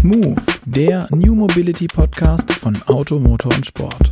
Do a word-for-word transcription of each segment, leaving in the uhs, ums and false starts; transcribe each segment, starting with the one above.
Move, der New Mobility Podcast von Auto, Motor und Sport.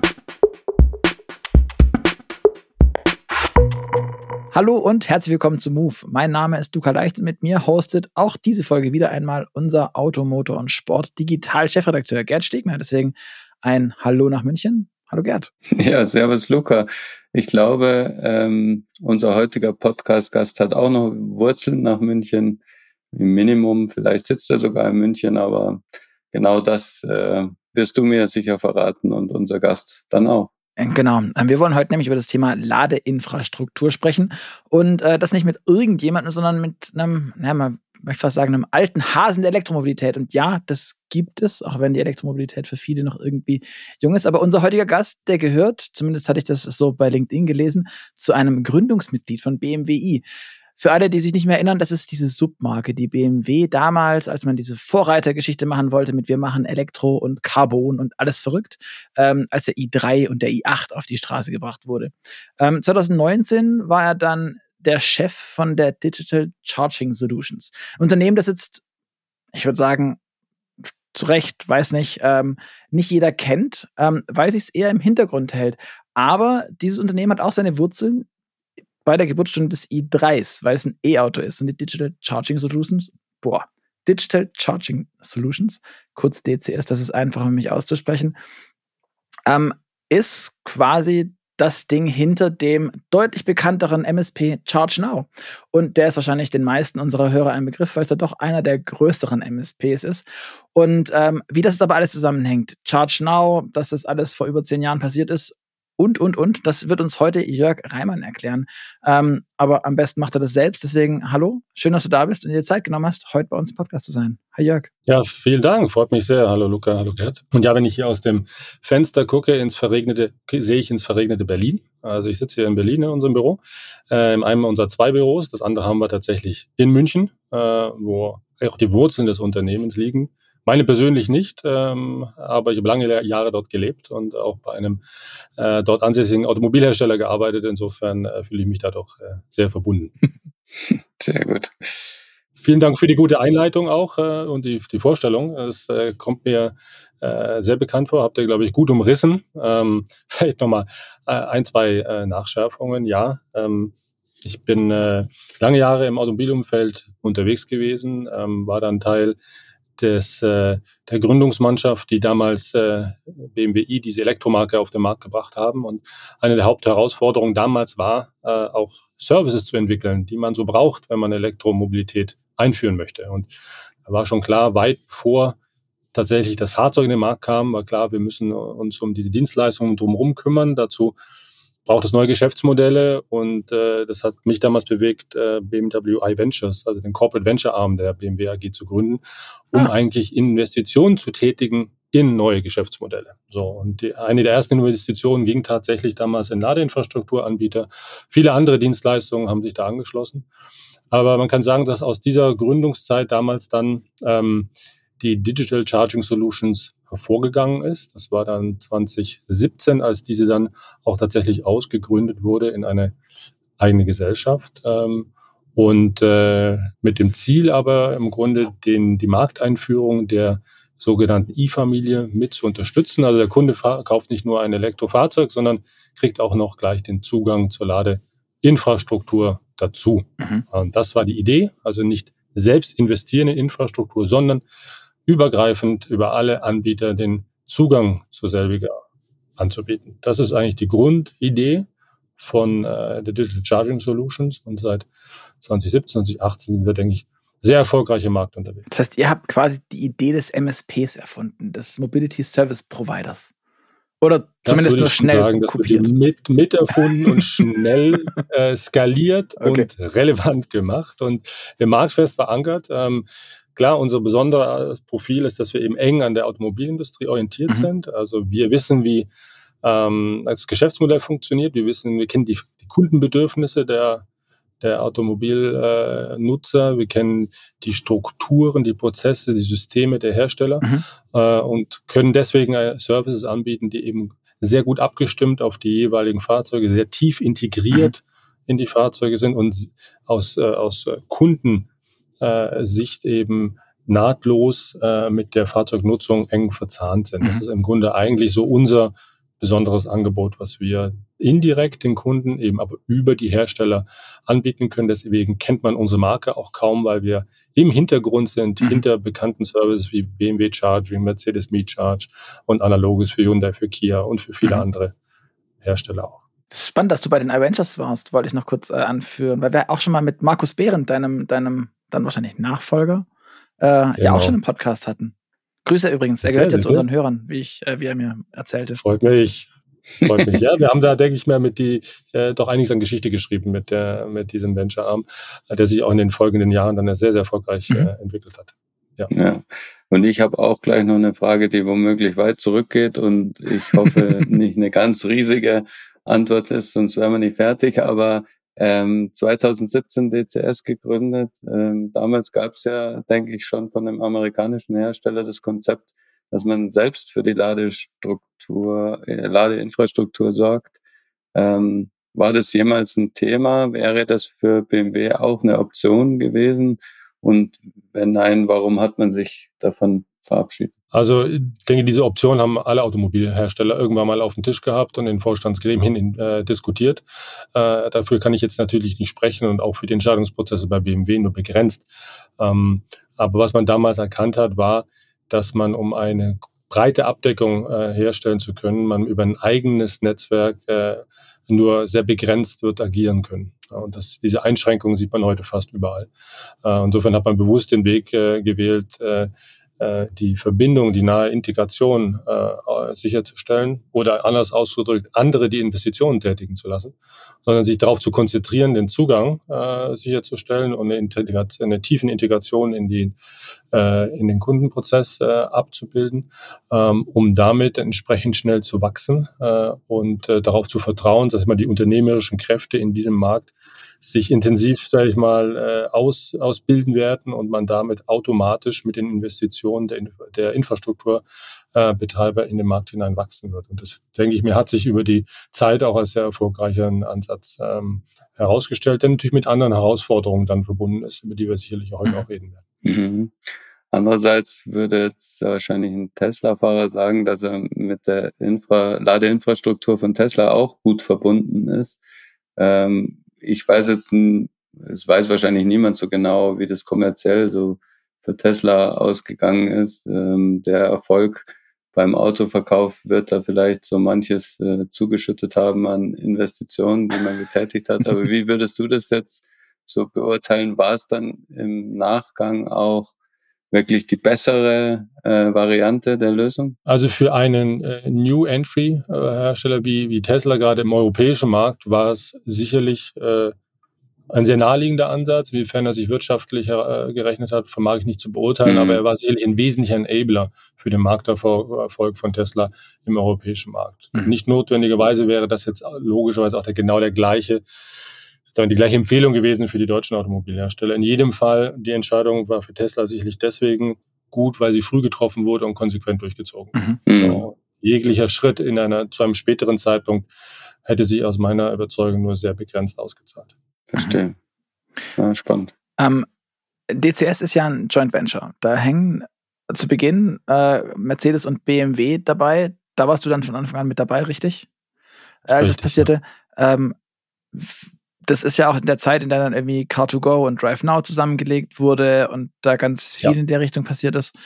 Hallo und herzlich willkommen zu Move. Mein Name ist Luca Leicht und mit mir hostet auch diese Folge wieder einmal unser Auto, Motor und Sport Digital-Chefredakteur Gerd Stegner. Deswegen ein Hallo nach München. Hallo Gerd. Ja, servus Luca. Ich glaube, ähm, unser heutiger Podcast-Gast hat auch noch Wurzeln nach München. Im Minimum, vielleicht sitzt er sogar in München, aber genau das äh, wirst du mir sicher verraten und unser Gast dann auch. Genau. Wir wollen heute nämlich über das Thema Ladeinfrastruktur sprechen und äh, das nicht mit irgendjemandem, sondern mit einem, naja, man möchte fast sagen, einem alten Hasen der Elektromobilität. Und ja, das gibt es, auch wenn die Elektromobilität für viele noch irgendwie jung ist. Aber unser heutiger Gast, der gehört, zumindest hatte ich das so bei LinkedIn gelesen, zu einem Gründungsmitglied von B M W i. Für alle, die sich nicht mehr erinnern, das ist diese Submarke, die B M W damals, als man diese Vorreitergeschichte machen wollte mit wir machen Elektro und Carbon und alles verrückt, ähm, als der i drei und der i acht auf die Straße gebracht wurde. Ähm, zwanzig neunzehn war er dann der Chef von der Digital Charging Solutions. Ein Unternehmen, das jetzt, ich würde sagen, zu Recht, weiß nicht, ähm, nicht jeder kennt, ähm, weil sich es eher im Hintergrund hält. Aber dieses Unternehmen hat auch seine Wurzeln bei der Geburtsstunde des i drei, weil es ein E-Auto ist und die Digital Charging Solutions, boah, Digital Charging Solutions, kurz D C S, das ist einfach für mich auszusprechen, ähm, ist quasi das Ding hinter dem deutlich bekannteren M S P ChargeNow. Und der ist wahrscheinlich den meisten unserer Hörer ein Begriff, weil es ja doch einer der größeren M S Ps ist. Und ähm, wie das aber alles zusammenhängt, ChargeNow, dass das alles vor über zehn Jahren passiert ist, Und, und, und. Das wird uns heute Jörg Reimann erklären. Ähm, aber am besten macht er das selbst. Deswegen, hallo, schön, dass du da bist und dir Zeit genommen hast, heute bei uns im Podcast zu sein. Hi Jörg. Ja, vielen Dank. Freut mich sehr. Hallo Luca, hallo Gerd. Und ja, wenn ich hier aus dem Fenster gucke, ins verregnete, sehe ich ins verregnete Berlin. Also ich sitze hier in Berlin in unserem Büro, äh, in einem unserer zwei Büros. Das andere haben wir tatsächlich in München, äh, wo auch die Wurzeln des Unternehmens liegen. Meine persönlich nicht, ähm, aber ich habe lange Jahre dort gelebt und auch bei einem äh, dort ansässigen Automobilhersteller gearbeitet. Insofern äh, fühle ich mich da doch äh, sehr verbunden. Sehr gut. Vielen Dank für die gute Einleitung auch äh, und die, die Vorstellung. Es äh, kommt mir äh, sehr bekannt vor, habt ihr, glaube ich, gut umrissen. Ähm, vielleicht nochmal äh, ein, zwei äh, Nachschärfungen. Ja, ähm, ich bin äh, lange Jahre im Automobilumfeld unterwegs gewesen, ähm, war dann Teil des äh, der Gründungsmannschaft, die damals äh, B M W i diese Elektromarke auf den Markt gebracht haben. Und eine der Hauptherausforderungen damals war, äh, auch Services zu entwickeln, die man so braucht, wenn man Elektromobilität einführen möchte. Und da war schon klar, weit bevor tatsächlich das Fahrzeug in den Markt kam, war klar, wir müssen uns um diese Dienstleistungen drumherum kümmern. Dazu braucht es neue Geschäftsmodelle und äh, das hat mich damals bewegt, äh, B M W iVentures, also den Corporate Venture Arm der B M W A G zu gründen, um ah. eigentlich Investitionen zu tätigen in neue Geschäftsmodelle. So, und die, eine der ersten Investitionen ging tatsächlich damals in Ladeinfrastrukturanbieter. Viele andere Dienstleistungen haben sich da angeschlossen. Aber man kann sagen, dass aus dieser Gründungszeit damals dann ähm, die Digital Charging Solutions hervorgegangen ist. Das war dann zwanzig siebzehn, als diese dann auch tatsächlich ausgegründet wurde in eine eigene Gesellschaft. Ähm, und äh, mit dem Ziel aber im Grunde den, die Markteinführung der sogenannten i-Familie mit zu unterstützen. Also der Kunde fa- kauft nicht nur ein Elektrofahrzeug, sondern kriegt auch noch gleich den Zugang zur Ladeinfrastruktur dazu. Mhm. Und das war die Idee. Also nicht selbst investieren in Infrastruktur, sondern übergreifend über alle Anbieter den Zugang zur selbiger anzubieten. Das ist eigentlich die Grundidee von äh, der Digital Charging Solutions und seit zwanzig siebzehn, zwanzig achtzehn sind wir, denke ich, sehr erfolgreich im Markt unterwegs. Das heißt, ihr habt quasi die Idee des M S Ps erfunden, des Mobility Service Providers. Oder zumindest nur schnell sagen, das kopiert. Das mit, mit erfunden und schnell äh, skaliert okay. und relevant gemacht und im Markt fest verankert. Ähm, Klar, unser besonderes Profil ist, dass wir eben eng an der Automobilindustrie orientiert mhm. sind. Also wir wissen, wie ähm, das Geschäftsmodell funktioniert. Wir wissen, wir kennen die, die Kundenbedürfnisse der, der Automobilnutzer. Äh, wir kennen die Strukturen, die Prozesse, die Systeme der Hersteller mhm. äh, und können deswegen äh, Services anbieten, die eben sehr gut abgestimmt auf die jeweiligen Fahrzeuge, sehr tief integriert mhm. in die Fahrzeuge sind und aus, äh, aus Kunden Äh, Sicht eben nahtlos äh, mit der Fahrzeugnutzung eng verzahnt sind. Das ist im Grunde eigentlich so unser besonderes Angebot, was wir indirekt den Kunden eben aber über die Hersteller anbieten können. Deswegen kennt man unsere Marke auch kaum, weil wir im Hintergrund sind, mhm. hinter bekannten Services wie B M W Charge, wie Mercedes Me Charge und Analoges für Hyundai, für Kia und für viele mhm. andere Hersteller auch. Das ist spannend, dass du bei den Avengers warst, wollte ich noch kurz äh, anführen, weil wir auch schon mal mit Markus Behrendt, deinem, deinem dann wahrscheinlich Nachfolger, äh, genau. ja auch schon einen Podcast hatten. Grüße übrigens, er gehört ja zu unseren Hörern, wie ich, äh, wie er mir erzählte. Freut mich. Freut mich, ja. Wir haben da, denke ich mal, mit die äh, doch einiges an Geschichte geschrieben mit der mit diesem Venture-Arm, äh, der sich auch in den folgenden Jahren dann sehr, sehr erfolgreich mhm. äh, entwickelt hat. Ja. ja. Und ich habe auch gleich noch eine Frage, die womöglich weit zurückgeht und ich hoffe nicht eine ganz riesige Antwort ist, sonst wären wir nicht fertig. Aber ähm, zwanzig siebzehn D C S gegründet. Ähm, damals gab es ja, denke ich, schon von einem amerikanischen Hersteller das Konzept, dass man selbst für die Ladestruktur, äh, Ladeinfrastruktur sorgt. Ähm, war das jemals ein Thema? Wäre das für B M W auch eine Option gewesen? Und wenn nein, warum hat man sich davon verabschiedet? Also ich denke, diese Option haben alle Automobilhersteller irgendwann mal auf den Tisch gehabt und in Vorstandsgremien hin, äh, diskutiert. Äh, dafür kann ich jetzt natürlich nicht sprechen und auch für die Entscheidungsprozesse bei B M W nur begrenzt. Ähm, aber was man damals erkannt hat, war, dass man, um eine breite Abdeckung äh, herstellen zu können, man über ein eigenes Netzwerk äh, nur sehr begrenzt wird agieren können. Ja, und das, diese Einschränkungen sieht man heute fast überall. Äh, insofern hat man bewusst den Weg äh, gewählt, äh, die Verbindung, die nahe Integration äh, sicherzustellen oder anders ausgedrückt, andere die Investitionen tätigen zu lassen, sondern sich darauf zu konzentrieren, den Zugang äh, sicherzustellen und eine, Integration, eine tiefen Integration in, die, äh, in den Kundenprozess äh, abzubilden, ähm, um damit entsprechend schnell zu wachsen äh, und äh, darauf zu vertrauen, dass man die unternehmerischen Kräfte in diesem Markt sich intensiv, sage ich mal, äh, aus, ausbilden werden und man damit automatisch mit den Investitionen der, der Infrastrukturbetreiber äh, in den Markt hinein wachsen wird. Und das, denke ich mir, hat sich über die Zeit auch als sehr erfolgreicher Ansatz ähm, herausgestellt, der natürlich mit anderen Herausforderungen dann verbunden ist, über die wir sicherlich auch heute auch reden werden. Mhm. Andererseits würde jetzt wahrscheinlich ein Tesla-Fahrer sagen, dass er mit der Infra- Ladeinfrastruktur von Tesla auch gut verbunden ist. Ähm, Ich weiß jetzt, es weiß wahrscheinlich niemand so genau, wie das kommerziell so für Tesla ausgegangen ist. Ähm, der Erfolg beim Autoverkauf wird da vielleicht so manches äh, zugeschüttet haben an Investitionen, die man getätigt hat. Aber wie würdest du das jetzt so beurteilen? War es dann im Nachgang auch wirklich die bessere äh, Variante der Lösung? Also für einen äh, New Entry äh, Hersteller wie, wie Tesla gerade im europäischen Markt war es sicherlich äh, ein sehr naheliegender Ansatz. Inwiefern er sich wirtschaftlich äh, gerechnet hat, vermag ich nicht zu beurteilen, mhm. aber er war sicherlich ein wesentlicher Enabler für den Markterfolg von Tesla im europäischen Markt. Mhm. Nicht notwendigerweise wäre das jetzt logischerweise auch der, genau der gleiche die gleiche Empfehlung gewesen für die deutschen Automobilhersteller. In jedem Fall, die Entscheidung war für Tesla sicherlich deswegen gut, weil sie früh getroffen wurde und konsequent durchgezogen. Mhm. So, jeglicher Schritt in einer, zu einem späteren Zeitpunkt hätte sich aus meiner Überzeugung nur sehr begrenzt ausgezahlt. Verstehe. Ja, spannend. Ähm, D C S ist ja ein Joint Venture. Da hängen zu Beginn äh, Mercedes und B M W dabei. Da warst du dann von Anfang an mit dabei, richtig? Äh, als es passierte. Ja. Ähm, Das ist ja auch in der Zeit, in der dann irgendwie Car to Go und Drive Now zusammengelegt wurde und da ganz viel ja. in der Richtung passiert ist.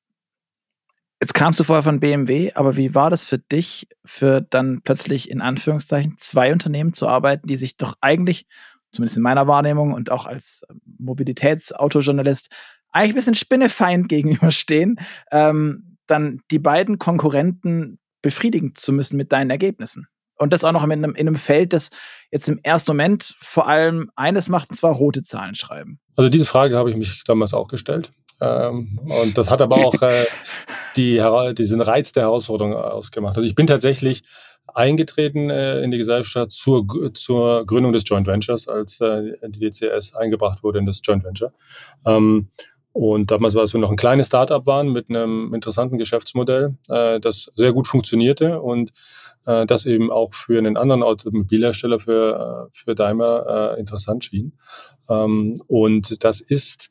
Jetzt kamst du vorher von B M W, aber wie war das für dich, für dann plötzlich in Anführungszeichen zwei Unternehmen zu arbeiten, die sich doch eigentlich, zumindest in meiner Wahrnehmung und auch als Mobilitätsautojournalist, eigentlich ein bisschen spinnefeind gegenüberstehen, ähm, dann die beiden Konkurrenten befriedigen zu müssen mit deinen Ergebnissen? Und das auch noch in einem, in einem Feld, das jetzt im ersten Moment vor allem eines macht, und zwar rote Zahlen schreiben. Also diese Frage habe ich mich damals auch gestellt. Ähm, und das hat aber auch äh, die, diesen Reiz der Herausforderung ausgemacht. Also ich bin tatsächlich eingetreten äh, in die Gesellschaft zur, zur Gründung des Joint Ventures, als äh, die D C S eingebracht wurde in das Joint Venture. Ähm, Und damals war es, wir noch ein kleines Start-up waren mit einem interessanten Geschäftsmodell, äh, das sehr gut funktionierte und äh, das eben auch für einen anderen Automobilhersteller, für, äh, für Daimler, äh, interessant schien. Ähm, und das ist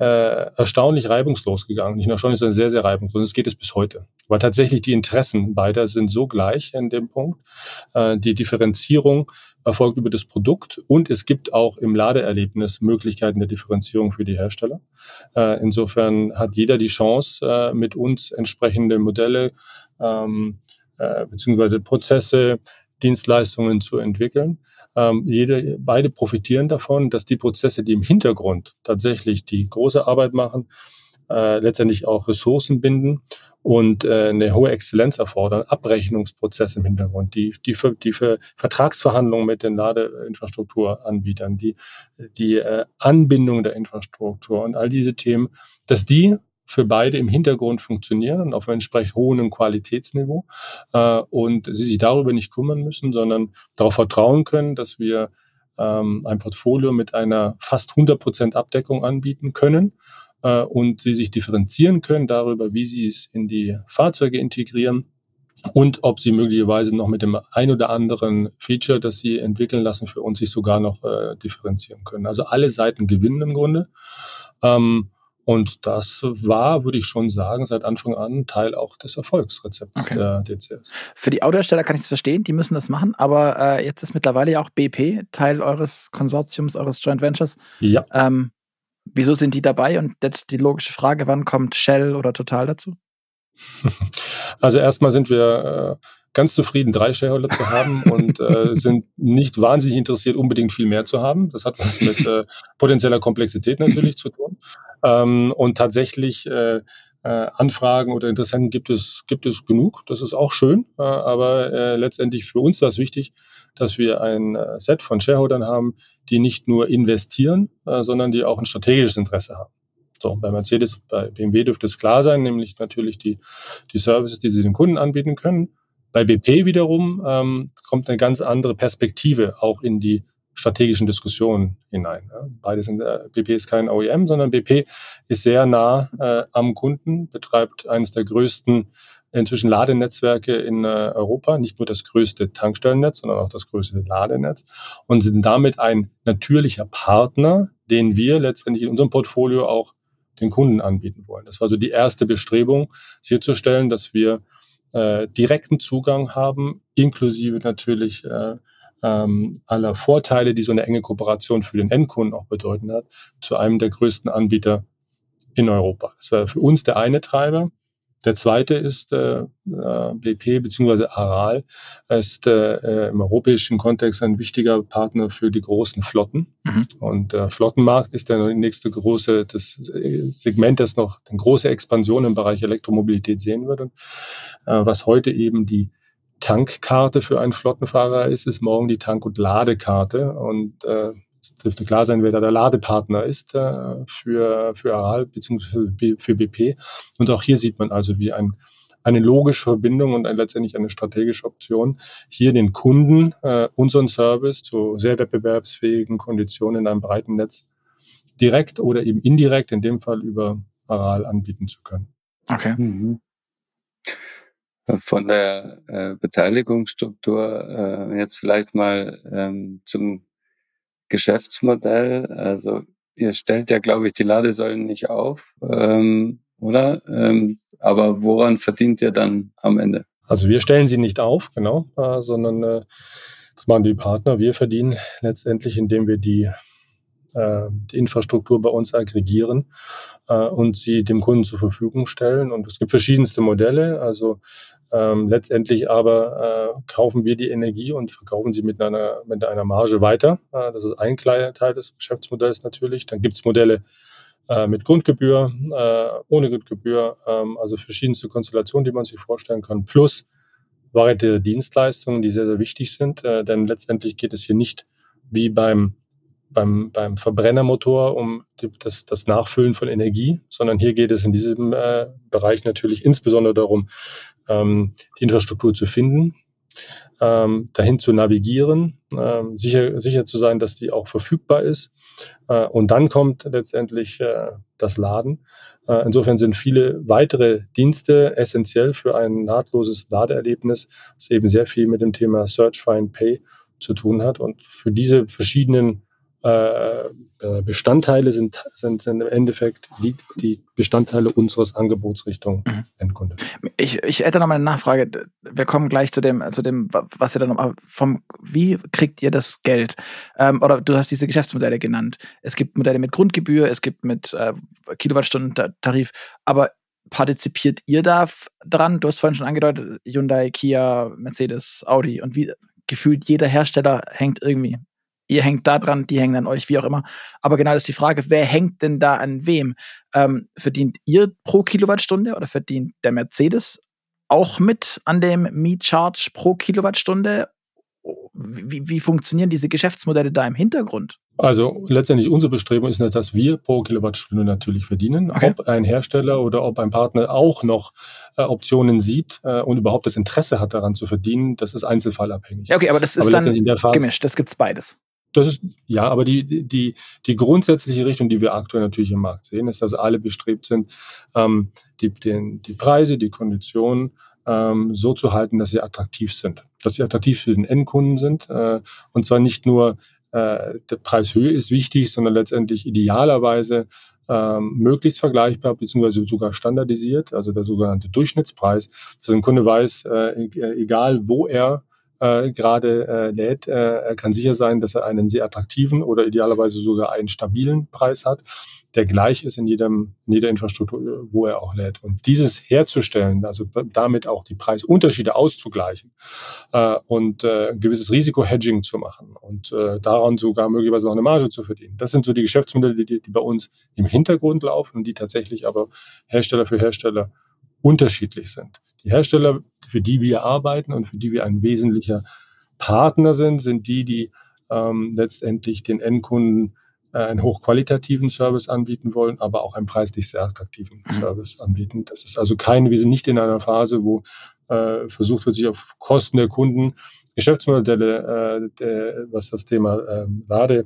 äh, erstaunlich reibungslos gegangen. Nicht nur erstaunlich, sondern sehr, sehr reibungslos. Und es geht es bis heute. Weil tatsächlich die Interessen beider sind so gleich in dem Punkt. Äh, die Differenzierung erfolgt über das Produkt und es gibt auch im Ladeerlebnis Möglichkeiten der Differenzierung für die Hersteller. Äh, insofern hat jeder die Chance, äh, mit uns entsprechende Modelle ähm, äh, beziehungsweise Prozesse, Dienstleistungen zu entwickeln. Ähm, jede, beide profitieren davon, dass die Prozesse, die im Hintergrund tatsächlich die große Arbeit machen, äh, letztendlich auch Ressourcen binden und äh, eine hohe Exzellenz erfordern, Abrechnungsprozesse im Hintergrund, die, die, für, die für Vertragsverhandlungen mit den Ladeinfrastrukturanbietern, die, die äh, Anbindung der Infrastruktur und all diese Themen, dass die für beide im Hintergrund funktionieren und auf einem entsprechend hohen Qualitätsniveau äh, und sie sich darüber nicht kümmern müssen, sondern darauf vertrauen können, dass wir ähm, ein Portfolio mit einer fast hundert Prozent Abdeckung anbieten können äh, und sie sich differenzieren können darüber, wie sie es in die Fahrzeuge integrieren und ob sie möglicherweise noch mit dem ein oder anderen Feature, das sie entwickeln lassen, für uns sich sogar noch äh, differenzieren können. Also alle Seiten gewinnen im Grunde. Ähm, Und das war, würde ich schon sagen, seit Anfang an Teil auch des Erfolgsrezepts okay. der D C S. Für die Autohersteller kann ich es verstehen, die müssen das machen, aber äh, jetzt ist mittlerweile ja auch B P Teil eures Konsortiums, eures Joint Ventures. Ja. Ähm, wieso sind die dabei? Und jetzt die logische Frage, wann kommt Shell oder Total dazu? Also erstmal sind wir äh, ganz zufrieden, drei Shareholder zu haben und äh, sind nicht wahnsinnig interessiert, unbedingt viel mehr zu haben. Das hat was mit äh, potenzieller Komplexität natürlich zu tun. Ähm, und tatsächlich äh, äh, Anfragen oder Interessenten gibt es gibt es genug. Das ist auch schön, äh, aber äh, letztendlich für uns war es wichtig, dass wir ein äh, Set von Shareholdern haben, die nicht nur investieren, äh, sondern die auch ein strategisches Interesse haben. So, bei Mercedes, bei B M W dürfte es klar sein, nämlich natürlich die die Services, die sie den Kunden anbieten können. Bei B P wiederum ähm, kommt eine ganz andere Perspektive auch in die strategischen Diskussionen hinein. Ja. Beide sind, äh, B P ist kein O E M, sondern B P ist sehr nah äh, am Kunden, betreibt eines der größten inzwischen Ladenetzwerke in äh, Europa, nicht nur das größte Tankstellennetz, sondern auch das größte Ladenetz und sind damit ein natürlicher Partner, den wir letztendlich in unserem Portfolio auch den Kunden anbieten wollen. Das war so die erste Bestrebung, sicherzustellen, dass wir äh, direkten Zugang haben, inklusive natürlich äh, ähm, aller Vorteile, die so eine enge Kooperation für den Endkunden auch bedeuten hat, zu einem der größten Anbieter in Europa. Das war für uns der eine Treiber. Der zweite ist äh, B P bzw. Aral ist äh, im europäischen Kontext ein wichtiger Partner für die großen Flotten. Mhm. Und der Flottenmarkt ist der nächste große das Segment, das noch eine große Expansion im Bereich Elektromobilität sehen wird. Und äh, was heute eben die Tankkarte für einen Flottenfahrer ist, ist morgen die Tank- und Ladekarte. Und äh, es dürfte klar sein, wer da der Ladepartner ist äh, für, für Aral bzw. für B P. Und auch hier sieht man also, wie ein, eine logische Verbindung und ein, letztendlich eine strategische Option, hier den Kunden äh, unseren Service zu sehr wettbewerbsfähigen Konditionen in einem breiten Netz direkt oder eben indirekt, in dem Fall über Aral, anbieten zu können. Okay. Mhm. Von der äh, Beteiligungsstruktur äh, jetzt vielleicht mal ähm, zum Geschäftsmodell. Also ihr stellt ja, glaube ich, die Ladesäulen nicht auf, ähm, oder? Ähm, aber woran verdient ihr dann am Ende? Also wir stellen sie nicht auf, genau, äh, sondern äh, das machen die Partner. Wir verdienen letztendlich, indem wir die, äh, die Infrastruktur bei uns aggregieren äh, und sie dem Kunden zur Verfügung stellen. Und es gibt verschiedenste Modelle. Also ähm, letztendlich aber äh, kaufen wir die Energie und verkaufen sie mit einer, mit einer Marge weiter. Äh, das ist ein kleiner Teil des Geschäftsmodells natürlich. Dann gibt es Modelle äh, mit Grundgebühr, äh, ohne Grundgebühr, ähm, also verschiedenste Konstellationen, die man sich vorstellen kann, plus variierte Dienstleistungen, die sehr, sehr wichtig sind. Äh, denn letztendlich geht es hier nicht wie beim beim, beim Verbrennermotor um die, das, das Nachfüllen von Energie, sondern hier geht es in diesem äh, Bereich natürlich insbesondere darum, ähm, die Infrastruktur zu finden, ähm, dahin zu navigieren, ähm, sicher, sicher zu sein, dass die auch verfügbar ist. Äh, und dann kommt letztendlich äh, das Laden. Äh, insofern sind viele weitere Dienste essentiell für ein nahtloses Ladeerlebnis, das eben sehr viel mit dem Thema Search, Find, Pay zu tun hat. Und für diese verschiedenen äh, Bestandteile sind, sind, sind im Endeffekt die, die Bestandteile unseres Angebots Richtung mhm. Endkunde. Ich, ich hätte noch mal eine Nachfrage. Wir kommen gleich zu dem, zu dem, was ihr dann vom, wie kriegt ihr das Geld? Ähm, oder du hast diese Geschäftsmodelle genannt. Es gibt Modelle mit Grundgebühr, es gibt mit äh, Kilowattstunden-Tarif, aber partizipiert ihr da dran? Du hast vorhin schon angedeutet, Hyundai, Kia, Mercedes, Audi und wie gefühlt jeder Hersteller hängt irgendwie. Ihr hängt da dran, die hängen an euch, wie auch immer. Aber genau das ist die Frage, wer hängt denn da an wem? Ähm, verdient ihr pro Kilowattstunde oder verdient der Mercedes auch mit an dem Meet-Charge pro Kilowattstunde? Wie, wie funktionieren diese Geschäftsmodelle da im Hintergrund? Also letztendlich unsere Bestrebung ist nicht, dass wir pro Kilowattstunde natürlich verdienen. Okay. Ob ein Hersteller oder ob ein Partner auch noch äh, Optionen sieht äh, und überhaupt das Interesse hat, daran zu verdienen, das ist einzelfallabhängig. Ja, okay, aber das ist aber dann in der Phase, gemischt, das gibt's beides. Das ist, ja, aber die, die, die grundsätzliche Richtung, die wir aktuell natürlich im Markt sehen, ist, dass alle bestrebt sind, ähm, die, den, die Preise, die Konditionen ähm, so zu halten, dass sie attraktiv sind. Dass sie attraktiv für den Endkunden sind. Äh, und zwar nicht nur äh, der Preishöhe ist wichtig, sondern letztendlich idealerweise ähm, möglichst vergleichbar, beziehungsweise sogar standardisiert, also der sogenannte Durchschnittspreis, dass ein Kunde weiß, äh, egal wo er Äh, gerade äh, lädt, äh, er kann sicher sein, dass er einen sehr attraktiven oder idealerweise sogar einen stabilen Preis hat, der gleich ist in jedem in jeder Infrastruktur, wo er auch lädt. Und dieses herzustellen, also damit auch die Preisunterschiede auszugleichen äh, und äh, ein gewisses Risiko-Hedging zu machen und äh, daran sogar möglicherweise noch eine Marge zu verdienen. Das sind so die Geschäftsmodelle, die, die bei uns im Hintergrund laufen und die tatsächlich aber Hersteller für Hersteller unterschiedlich sind. Die Hersteller, für die wir arbeiten und für die wir ein wesentlicher Partner sind, sind die, die ähm, letztendlich den Endkunden äh, einen hochqualitativen Service anbieten wollen, aber auch einen preislich sehr attraktiven mhm. Service anbieten. Das ist also keine, wir sind nicht in einer Phase, wo äh, versucht wird, sich auf Kosten der Kunden Geschäftsmodelle, äh, der, was das Thema äh, Lade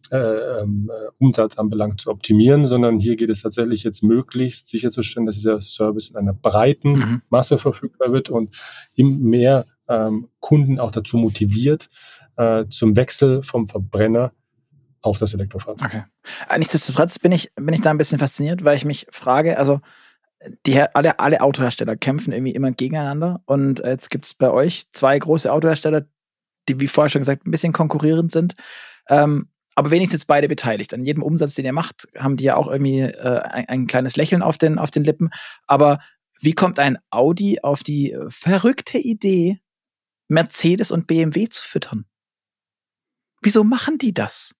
Äh, ähm, äh, Umsatz anbelangt, zu optimieren, sondern hier geht es tatsächlich jetzt möglichst sicherzustellen, dass dieser Service in einer breiten mhm. Masse verfügbar wird und immer mehr ähm, Kunden auch dazu motiviert, äh, zum Wechsel vom Verbrenner auf das Elektrofahrzeug. Okay. Nichtsdestotrotz bin ich, bin ich da ein bisschen fasziniert, weil ich mich frage, also die, alle, alle Autohersteller kämpfen irgendwie immer gegeneinander und jetzt gibt es bei euch zwei große Autohersteller, die, wie vorher schon gesagt, ein bisschen konkurrierend sind. Ähm, Aber wenigstens beide beteiligt. An jedem Umsatz, den ihr macht, haben die ja auch irgendwie äh, ein, ein kleines Lächeln auf den, auf den Lippen. Aber wie kommt ein Audi auf die verrückte Idee, Mercedes und B M W zu füttern? Wieso machen die das?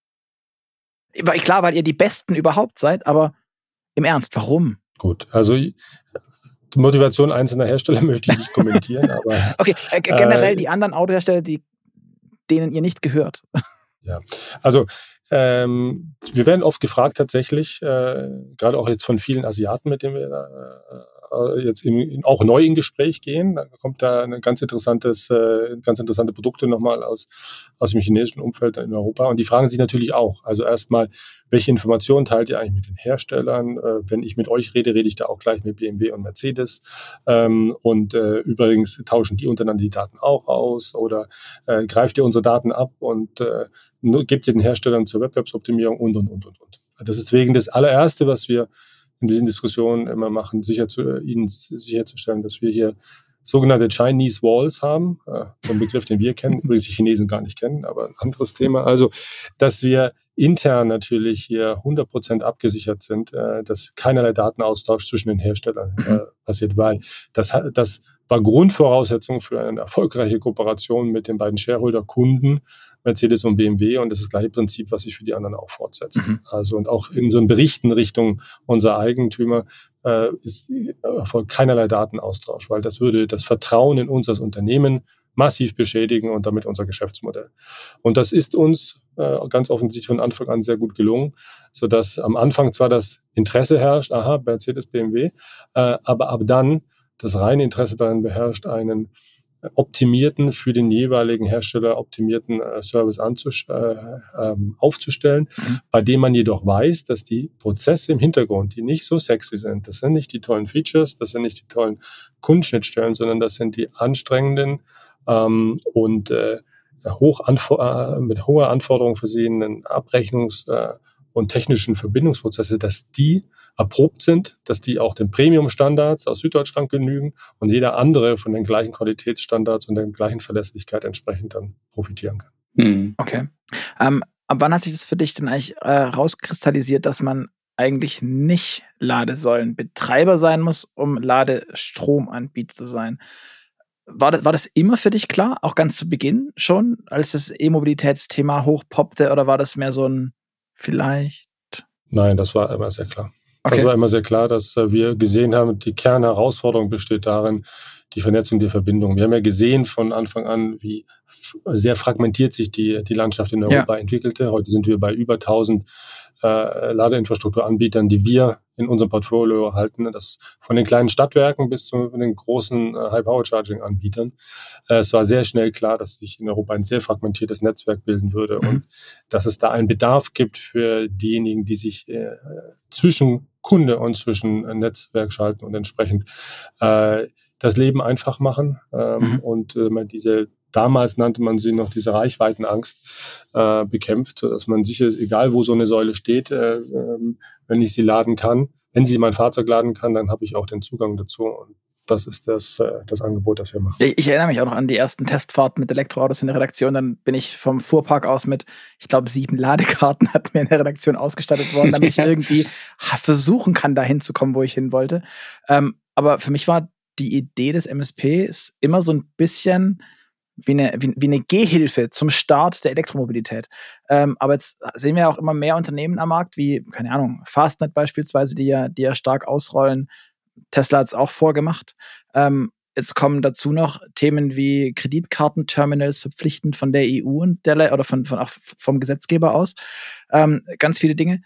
Klar, weil ihr die Besten überhaupt seid, aber im Ernst, warum? Gut, also die Motivation einzelner Hersteller möchte ich nicht kommentieren. aber Okay, äh, generell äh, die anderen Autohersteller, die, denen ihr nicht gehört. Ja, also ähm, wir werden oft gefragt tatsächlich, äh, gerade auch jetzt von vielen Asiaten, mit denen wir äh, jetzt in, in, auch neu in Gespräch gehen. Da kommt da ein ganz interessantes, äh, ganz interessante Produkte nochmal aus aus dem chinesischen Umfeld in Europa und die fragen sich natürlich auch. Also erstmal, welche Informationen teilt ihr eigentlich mit den Herstellern? Äh, wenn ich mit euch rede, rede ich da auch gleich mit B M W und Mercedes. Ähm, und äh, übrigens tauschen die untereinander die Daten auch aus oder äh, greift ihr unsere Daten ab und äh, gebt ihr den Herstellern zur Wettbewerbsoptimierung und, und, und, und, und. Das ist deswegen das allererste, was wir in diesen Diskussionen immer machen, sicher zu, ihnen sicherzustellen, dass wir hier sogenannte Chinese Walls haben, äh, so ein Begriff, den wir kennen, übrigens die Chinesen gar nicht kennen, aber ein anderes Thema. Also, dass wir intern natürlich hier hundert Prozent abgesichert sind, äh, dass keinerlei Datenaustausch zwischen den Herstellern äh, passiert, weil das, das war Grundvoraussetzung für eine erfolgreiche Kooperation mit den beiden Shareholder-Kunden, Mercedes und B M W, und das ist das gleiche Prinzip, was sich für die anderen auch fortsetzt. Mhm. Also und auch in so einem Berichten Richtung unserer Eigentümer äh, ist erfolgt keinerlei Datenaustausch, weil das würde das Vertrauen in uns als Unternehmen massiv beschädigen und damit unser Geschäftsmodell. Und das ist uns äh, ganz offensichtlich von Anfang an sehr gut gelungen, sodass am Anfang zwar das Interesse herrscht, aha, Mercedes, B M W, äh, aber ab dann das reine Interesse daran beherrscht, einen optimierten, für den jeweiligen Hersteller optimierten äh, Service anzus- äh, ähm, aufzustellen, mhm. bei dem man jedoch weiß, dass die Prozesse im Hintergrund, die nicht so sexy sind, das sind nicht die tollen Features, das sind nicht die tollen Kundenschnittstellen, sondern das sind die anstrengenden ähm, und äh, hoch anfor- äh, mit hoher Anforderungen versehenen Abrechnungs- äh, und technischen Verbindungsprozesse, dass die erprobt sind, dass die auch den Premium-Standards aus Süddeutschland genügen und jeder andere von den gleichen Qualitätsstandards und der gleichen Verlässlichkeit entsprechend dann profitieren kann. Mhm. Okay. Ähm, ab wann hat sich das für dich denn eigentlich äh, rauskristallisiert, dass man eigentlich nicht Ladesäulenbetreiber sein muss, um Ladestromanbieter zu sein? War das, war das immer für dich klar, auch ganz zu Beginn schon, als das E-Mobilitätsthema hochpoppte, oder war das mehr so ein vielleicht? Nein, das war immer sehr klar. Okay. Das war immer sehr klar, dass äh, wir gesehen haben, die Kernherausforderung besteht darin, die Vernetzung der Verbindungen. Wir haben ja gesehen von Anfang an, wie f- sehr fragmentiert sich die, die Landschaft in Europa Ja. entwickelte. Heute sind wir bei über tausend äh, Ladeinfrastrukturanbietern, die wir in unserem Portfolio halten. Das von den kleinen Stadtwerken bis zu den großen äh, High-Power-Charging-Anbietern. Äh, es war sehr schnell klar, dass sich in Europa ein sehr fragmentiertes Netzwerk bilden würde Mhm. und dass es da einen Bedarf gibt für diejenigen, die sich äh, zwischen Kunde und zwischen äh, Netzwerk schalten und entsprechend äh, das Leben einfach machen. Ähm, Mhm. und äh, man diese, damals nannte man sie noch diese Reichweitenangst äh, bekämpft, sodass man sicher ist, egal wo so eine Säule steht, äh, ähm, wenn ich sie laden kann, wenn sie mein Fahrzeug laden kann, dann habe ich auch den Zugang dazu. Und das ist das, äh, das Angebot, das wir machen. Ich, ich erinnere mich auch noch an die ersten Testfahrten mit Elektroautos in der Redaktion. Dann bin ich vom Fuhrpark aus mit, ich glaube, sieben Ladekarten hat mir in der Redaktion ausgestattet worden, damit ich irgendwie ha- versuchen kann, da hinzukommen, wo ich hin wollte. Ähm, aber für mich war die Idee des M S Ps immer so ein bisschen wie eine, wie, wie eine Gehhilfe zum Start der Elektromobilität. Ähm, aber jetzt sehen wir ja auch immer mehr Unternehmen am Markt, wie, keine Ahnung, Fastnet beispielsweise, die ja, die ja stark ausrollen. Tesla hat es auch vorgemacht. Ähm, jetzt kommen dazu noch Themen wie Kreditkartenterminals verpflichtend von der E U und der, oder von, von auch vom Gesetzgeber aus. Ähm, ganz viele Dinge.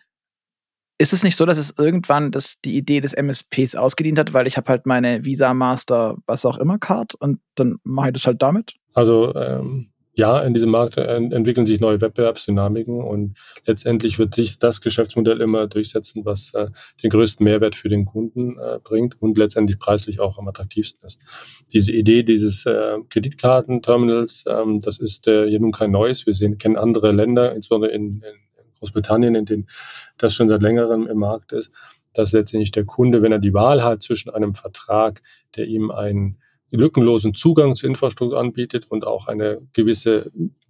Ist es nicht so, dass es irgendwann das, die Idee des M S Ps ausgedient hat, weil ich habe halt meine Visa, Master, was auch immer Card und dann mache ich das halt damit? Also ähm, ja, in diesem Markt ent- entwickeln sich neue Wettbewerbsdynamiken und letztendlich wird sich das Geschäftsmodell immer durchsetzen, was äh, den größten Mehrwert für den Kunden äh, bringt und letztendlich preislich auch am attraktivsten ist. Diese Idee dieses äh, Kreditkartenterminals, ähm, das ist äh, ja nun kein neues. Wir sehen, kennen andere Länder, insbesondere in, in Großbritannien, in denen das schon seit längerem im Markt ist, dass letztendlich der Kunde, wenn er die Wahl hat zwischen einem Vertrag, der ihm einen lückenlosen Zugang zur Infrastruktur anbietet und auch eine gewisse,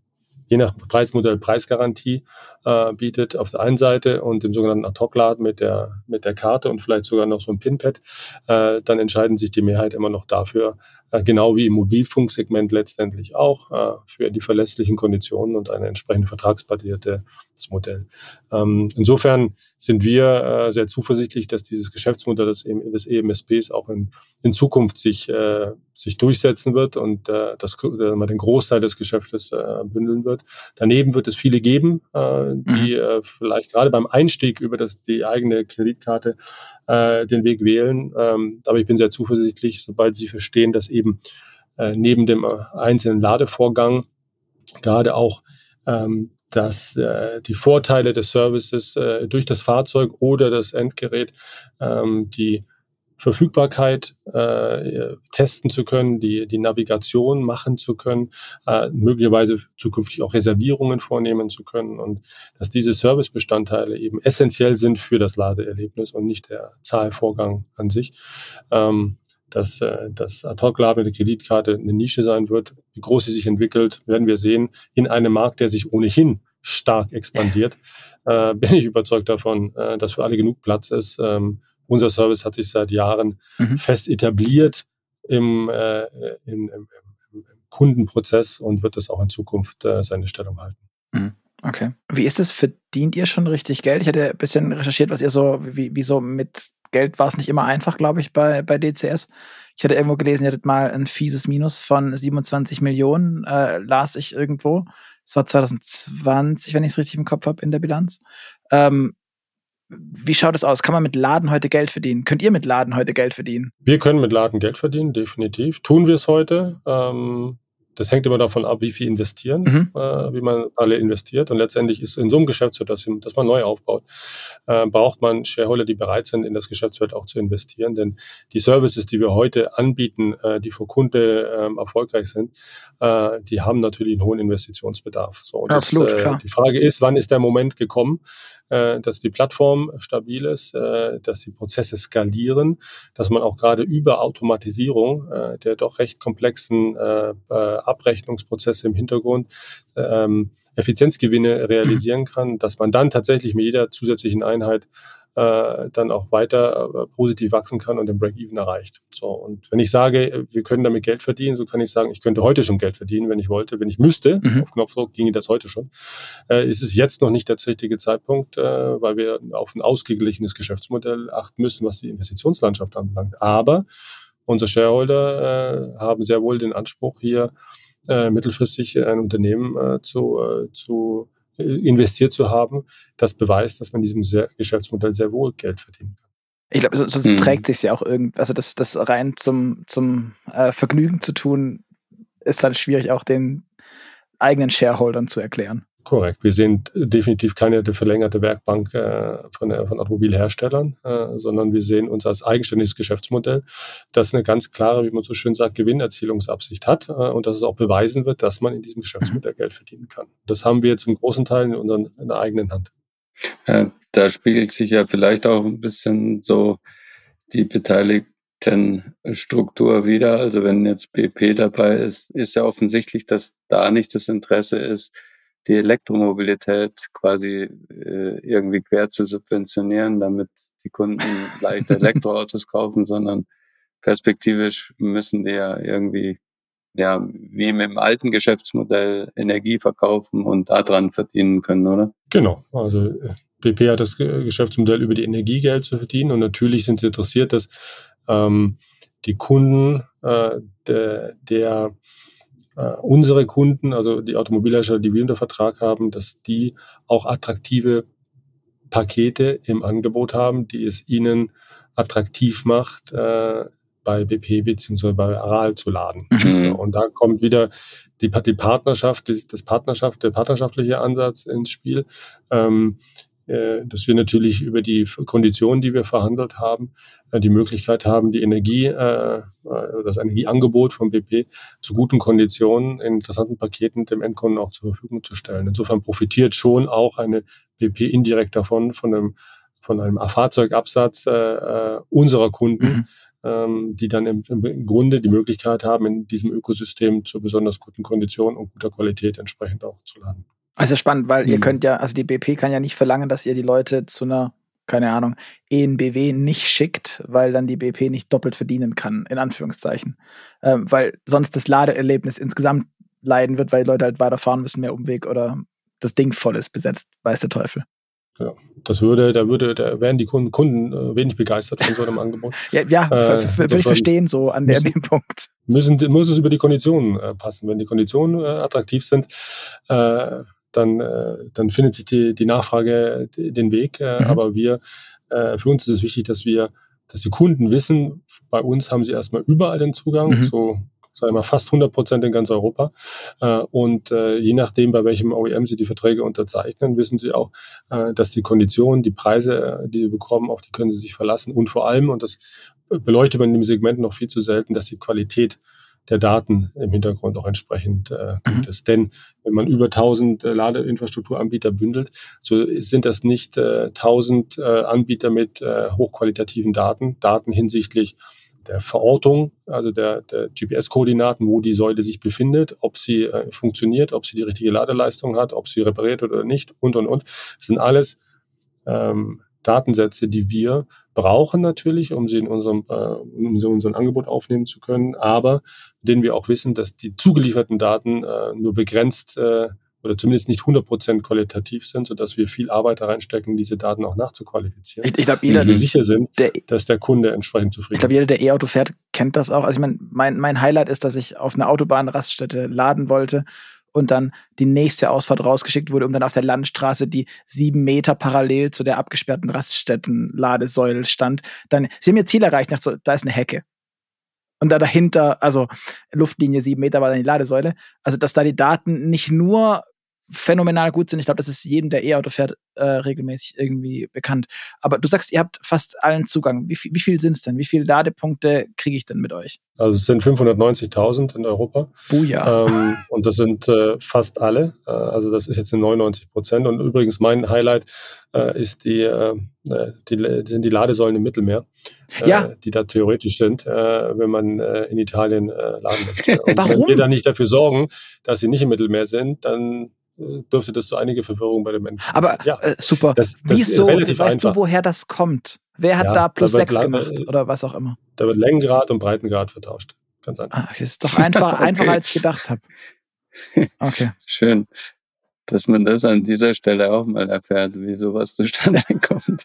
je nach Preismodell, Preisgarantie äh, bietet auf der einen Seite und dem sogenannten Ad-Hoc-Laden mit der, mit der Karte und vielleicht sogar noch so ein PIN-Pad, äh, dann entscheiden sich die Mehrheit immer noch dafür, äh, genau wie im Mobilfunksegment letztendlich auch, äh, für die verlässlichen Konditionen und eine entsprechende vertragsbasierte Modell. Ähm, insofern sind wir äh, sehr zuversichtlich, dass dieses Geschäftsmodell des, des E M S Ps auch in, in Zukunft sich, äh, sich durchsetzen wird und äh, das, äh, man den Großteil des Geschäftes äh, bündeln wird. Daneben wird es viele geben, äh, die äh, vielleicht gerade beim Einstieg über das, die eigene Kreditkarte äh, den Weg wählen. Ähm, aber ich bin sehr zuversichtlich, sobald sie verstehen, dass eben äh, neben dem äh, einzelnen Ladevorgang gerade auch ähm, dass äh, die Vorteile des Services äh, durch das Fahrzeug oder das Endgerät, ähm, die Verfügbarkeit äh, testen zu können, die, die Navigation machen zu können, äh, möglicherweise zukünftig auch Reservierungen vornehmen zu können und dass diese Servicebestandteile eben essentiell sind für das Ladeerlebnis und nicht der Zahlvorgang an sich. Ähm, dass äh, das Ad-Hoc-Laden mit der Kreditkarte eine Nische sein wird. Wie groß sie sich entwickelt, werden wir sehen. In einem Markt, der sich ohnehin stark expandiert, äh, bin ich überzeugt davon, äh, dass für alle genug Platz ist. Ähm, unser Service hat sich seit Jahren mhm. fest etabliert im, äh, im, im, im Kundenprozess und wird das auch in Zukunft äh, seine Stellung halten. Mhm. Okay. Wie ist es? Verdient ihr schon richtig Geld? Ich hatte ein bisschen recherchiert, was ihr so, wie, wie so mit Geld war es nicht immer einfach, glaube ich, bei, bei D C S. Ich hatte irgendwo gelesen, ihr hattet mal ein fieses Minus von siebenundzwanzig Millionen, äh, las ich irgendwo. Das war zwanzig zwanzig, wenn ich es richtig im Kopf habe, in der Bilanz. Ähm, wie schaut es aus? Kann man mit Laden heute Geld verdienen? Könnt ihr mit Laden heute Geld verdienen? Wir können mit Laden Geld verdienen, definitiv. Tun wir es heute. Ähm das hängt immer davon ab, wie viel investieren, Mhm. äh, wie man alle investiert. Und letztendlich ist in so einem Geschäftsfeld, das, das man neu aufbaut, äh, braucht man Shareholder, die bereit sind, in das Geschäftsfeld auch zu investieren. Denn die Services, die wir heute anbieten, äh, die für Kunde ähm, erfolgreich sind, äh, die haben natürlich einen hohen Investitionsbedarf. So, und Absolut, das, äh, klar. die Frage ist, wann ist der Moment gekommen, äh, dass die Plattform stabil ist, äh, dass die Prozesse skalieren, dass man auch gerade über Automatisierung äh, der doch recht komplexen äh, äh, Abrechnungsprozesse im Hintergrund ähm, Effizienzgewinne realisieren kann, dass man dann tatsächlich mit jeder zusätzlichen Einheit äh, dann auch weiter äh, positiv wachsen kann und den Break-Even erreicht. So, und wenn ich sage, wir können damit Geld verdienen, so kann ich sagen, ich könnte heute schon Geld verdienen, wenn ich wollte, wenn ich müsste, Mhm. auf Knopfdruck ginge das heute schon. Äh, ist es jetzt noch nicht der richtige Zeitpunkt, äh, weil wir auf ein ausgeglichenes Geschäftsmodell achten müssen, was die Investitionslandschaft anbelangt. Aber unsere Shareholder äh, haben sehr wohl den Anspruch, hier äh, mittelfristig ein Unternehmen äh, zu, äh, zu äh, investiert zu haben, das beweist, dass man in diesem sehr, Geschäftsmodell sehr wohl Geld verdienen kann. Ich glaube, sonst Mhm. trägt sich ja auch irgendwie, also das, das rein zum, zum äh, Vergnügen zu tun, ist dann schwierig, auch den eigenen Shareholdern zu erklären. Korrekt. Wir sind definitiv keine verlängerte Werkbank äh, von, äh, von Automobilherstellern, äh, sondern wir sehen uns als eigenständiges Geschäftsmodell, das eine ganz klare, wie man so schön sagt, Gewinnerzielungsabsicht hat äh, und dass es auch beweisen wird, dass man in diesem Geschäftsmodell Geld verdienen kann. Das haben wir zum großen Teil in, unseren, in der eigenen Hand. Ja, da spiegelt sich ja vielleicht auch ein bisschen so die Beteiligtenstruktur wieder. Also wenn jetzt B P dabei ist, ist ja offensichtlich, dass da nicht das Interesse ist, die Elektromobilität quasi äh, irgendwie quer zu subventionieren, damit die Kunden leichter Elektroautos kaufen, sondern perspektivisch müssen die ja irgendwie, ja, wie mit dem alten Geschäftsmodell Energie verkaufen und daran verdienen können, oder? Genau, also B P hat das Geschäftsmodell über die Energie Geld zu verdienen und natürlich sind sie interessiert, dass ähm, die Kunden äh, der, der äh, unsere Kunden, also die Automobilhersteller, die wir unter Vertrag haben, dass die auch attraktive Pakete im Angebot haben, die es ihnen attraktiv macht, äh, bei B P beziehungsweise bei Aral zu laden. Mhm. Ja, und da kommt wieder die, die Partnerschaft, das, das Partnerschaft, der partnerschaftliche Ansatz ins Spiel, ähm, äh, dass wir natürlich über die Konditionen, die wir verhandelt haben, äh, die Möglichkeit haben, die Energie, äh, das Energieangebot von B P zu guten Konditionen in interessanten Paketen dem Endkunden auch zur Verfügung zu stellen. Insofern profitiert schon auch eine B P indirekt davon, von einem, von einem Fahrzeugabsatz äh, unserer Kunden, Mhm. ähm, die dann im, im Grunde die Möglichkeit haben, in diesem Ökosystem zu besonders guten Konditionen und guter Qualität entsprechend auch zu laden. Also spannend, weil ihr Mhm. könnt ja, also die B P kann ja nicht verlangen, dass ihr die Leute zu einer, keine Ahnung, E N B W nicht schickt, weil dann die B P nicht doppelt verdienen kann, in Anführungszeichen. Ähm, weil sonst das Ladeerlebnis insgesamt leiden wird, weil die Leute halt weiterfahren müssen, mehr Umweg oder das Ding voll ist besetzt, weiß der Teufel. Ja, das würde, da würde, da wären die Kunden, Kunden äh, wenig begeistert von so einem Angebot. Ja, ja Äh, f- f- würde ich verstehen, so an der, müssen- dem Punkt. Müssen, muss es über die Konditionen äh, passen. Wenn die Konditionen äh, attraktiv sind, äh, dann, äh, dann findet sich die, die Nachfrage d- den Weg. Äh, Mhm. Aber wir, äh, für uns ist es wichtig, dass wir, dass die Kunden wissen, bei uns haben sie erstmal überall den Zugang Mhm. zu, sagen wir mal, fast hundert Prozent in ganz Europa. Äh, und äh, je nachdem, bei welchem O E M sie die Verträge unterzeichnen, wissen sie auch, äh, dass die Konditionen, die Preise, äh, die sie bekommen, auf die können sie sich verlassen. Und vor allem, und das beleuchtet man in dem Segment noch viel zu selten, dass die Qualität der Daten im Hintergrund auch entsprechend äh, gut Mhm. ist. Denn wenn man über tausend äh, Ladeinfrastrukturanbieter bündelt, so sind das nicht äh, tausend äh, Anbieter mit äh, hochqualitativen Daten, Daten hinsichtlich der Verortung, also der, der G P S-Koordinaten, wo die Säule sich befindet, ob sie äh, funktioniert, ob sie die richtige Ladeleistung hat, ob sie repariert wird oder nicht und, und, und. Das sind alles ähm, Datensätze, die wir brauchen natürlich, um sie in unserem, äh, um sie in unserem Angebot aufnehmen zu können, aber denen wir auch wissen, dass die zugelieferten Daten äh, nur begrenzt äh, oder zumindest nicht hundert Prozent qualitativ sind, sodass wir viel Arbeit da reinstecken, diese Daten auch nachzuqualifizieren. Ich, ich glaube, jeder, Und wir sicher sind, der, dass der Kunde entsprechend zufrieden ich glaube, jeder, ist. der E-Auto fährt, kennt das auch. Also ich meine, mein, mein Highlight ist, dass ich auf einer Autobahnraststätte laden wollte und dann die nächste Ausfahrt rausgeschickt wurde, um dann auf der Landstraße, die sieben Meter parallel zu der abgesperrten Raststätten-Ladesäule stand, dann, sie haben ihr Ziel erreicht, nach so, da ist eine Hecke. und da dahinter, also Luftlinie sieben Meter war dann die Ladesäule, also dass da die Daten nicht nur phänomenal gut sind. Ich glaube, das ist jedem, der E-Auto fährt, äh, regelmäßig irgendwie bekannt. Aber du sagst, ihr habt fast allen Zugang. Wie viel, wie viel sind es denn? Wie viele Ladepunkte kriege ich denn mit euch? Also es sind fünfhundertneunzigtausend in Europa. Buja. Ähm, und das sind äh, fast alle. Äh, also das ist jetzt in neunundneunzig Prozent. Und übrigens mein Highlight äh, ist die, äh, die, sind die Ladesäulen im Mittelmeer, äh, ja. die da theoretisch sind, äh, wenn man äh, in Italien äh, laden möchte. Und Warum? wenn wir dann nicht dafür sorgen, dass sie nicht im Mittelmeer sind, dann dürfte das zu einige Verwirrung bei den Menschen. Aber ja, äh, super. Das, das Wieso? ist relativ weißt einfach. du, woher das kommt? Wer hat ja, da plus da sechs lang, gemacht oder was auch immer? Da wird Längengrad und Breitengrad vertauscht. Ganz einfach. Ah, ist doch einfach, okay. einfacher als ich gedacht habe. Okay. Schön, dass man das an dieser Stelle auch mal erfährt, wie sowas zustande kommt.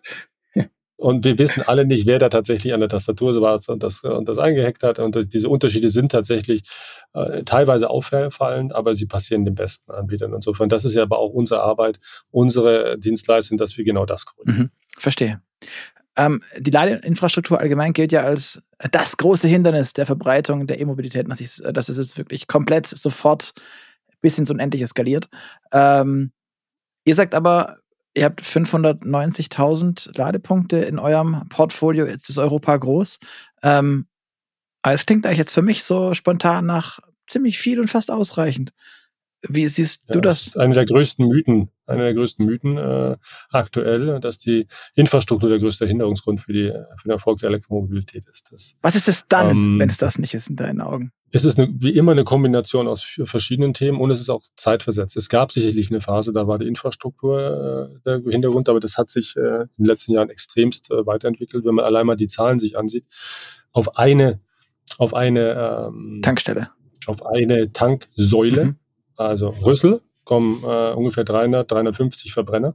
Und wir wissen alle nicht, wer da tatsächlich an der Tastatur saß und das, und das eingehackt hat. Und das, diese Unterschiede sind tatsächlich äh, teilweise auffallend, aber sie passieren den besten Anbietern. Insofern, das ist ja aber auch unsere Arbeit, unsere Dienstleistung, dass wir genau das korrigieren. Mhm, verstehe. Ähm, die Ladeinfrastruktur allgemein gilt ja als das große Hindernis der Verbreitung der E-Mobilität. Das ist, das ist jetzt wirklich komplett sofort bis ins Unendliche skaliert. Ähm, ihr sagt aber, ihr habt fünfhundertneunzigtausend Ladepunkte in eurem Portfolio. Jetzt ist Europa groß. Ähm, aber es klingt eigentlich jetzt für mich so spontan nach ziemlich viel und fast ausreichend. Wie siehst ja, du das? Das ist einer der größten Mythen, einer der größten Mythen äh, aktuell, dass die Infrastruktur der größte Hinderungsgrund für, die, für den Erfolg der Elektromobilität ist. Das, Was ist es dann, ähm, wenn es das nicht ist in deinen Augen? Es ist eine, wie immer eine Kombination aus verschiedenen Themen und es ist auch zeitversetzt. Es gab sicherlich eine Phase, da war die Infrastruktur äh, der Hintergrund, aber das hat sich äh, in den letzten Jahren extremst äh, weiterentwickelt. Wenn man allein mal die Zahlen sich ansieht, auf eine, auf eine ähm, Tankstelle, auf eine Tanksäule, mhm. also Rüssel, kommen äh, ungefähr dreihundert, dreihundertfünfzig Verbrenner.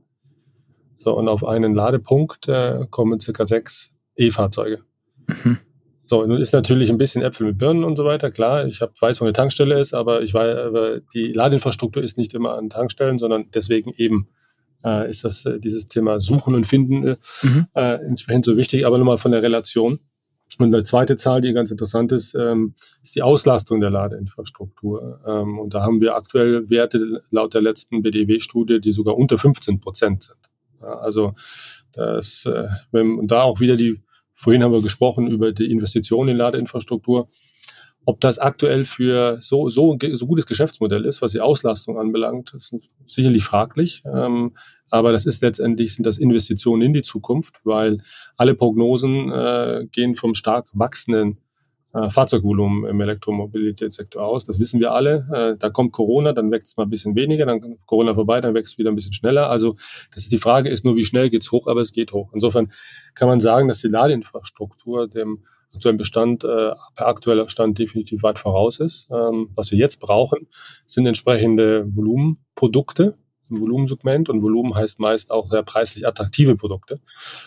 So, und auf einen Ladepunkt äh, kommen circa sechs E-Fahrzeuge. Mhm. So, nun ist natürlich ein bisschen Äpfel mit Birnen und so weiter, klar. Ich hab, weiß, wo eine Tankstelle ist, aber ich weiß, aber die Ladeinfrastruktur ist nicht immer an Tankstellen, sondern deswegen eben äh, ist das äh, dieses Thema Suchen und Finden äh, mhm. äh, entsprechend so wichtig. Aber nochmal von der Relation. Und eine zweite Zahl, die ganz interessant ist, ähm, ist die Auslastung der Ladeinfrastruktur. Ähm, und da haben wir aktuell Werte laut der letzten B D W-Studie, die sogar unter fünfzehn Prozent sind. Ja, also das, äh, wenn und da auch wieder die Vorhin haben wir gesprochen über die Investitionen in Ladeinfrastruktur. Ob das aktuell für so, so, so gutes Geschäftsmodell ist, was die Auslastung anbelangt, ist sicherlich fraglich. Ähm, aber das ist letztendlich, sind das Investitionen in die Zukunft, weil alle Prognosen äh, gehen vom stark wachsenden äh, Fahrzeugvolumen im Elektromobilitätssektor aus. Das wissen wir alle. Äh, da kommt Corona, dann wächst es mal ein bisschen weniger, dann kommt Corona vorbei, dann wächst es wieder ein bisschen schneller. Also das ist die Frage, ist nur, wie schnell geht's hoch, aber es geht hoch. Insofern kann man sagen, dass die Ladeinfrastruktur dem aktuellen Bestand äh, per aktueller Stand definitiv weit voraus ist. Ähm, was wir jetzt brauchen, sind entsprechende Volumenprodukte im Volumensegment und Volumen heißt meist auch sehr preislich attraktive Produkte,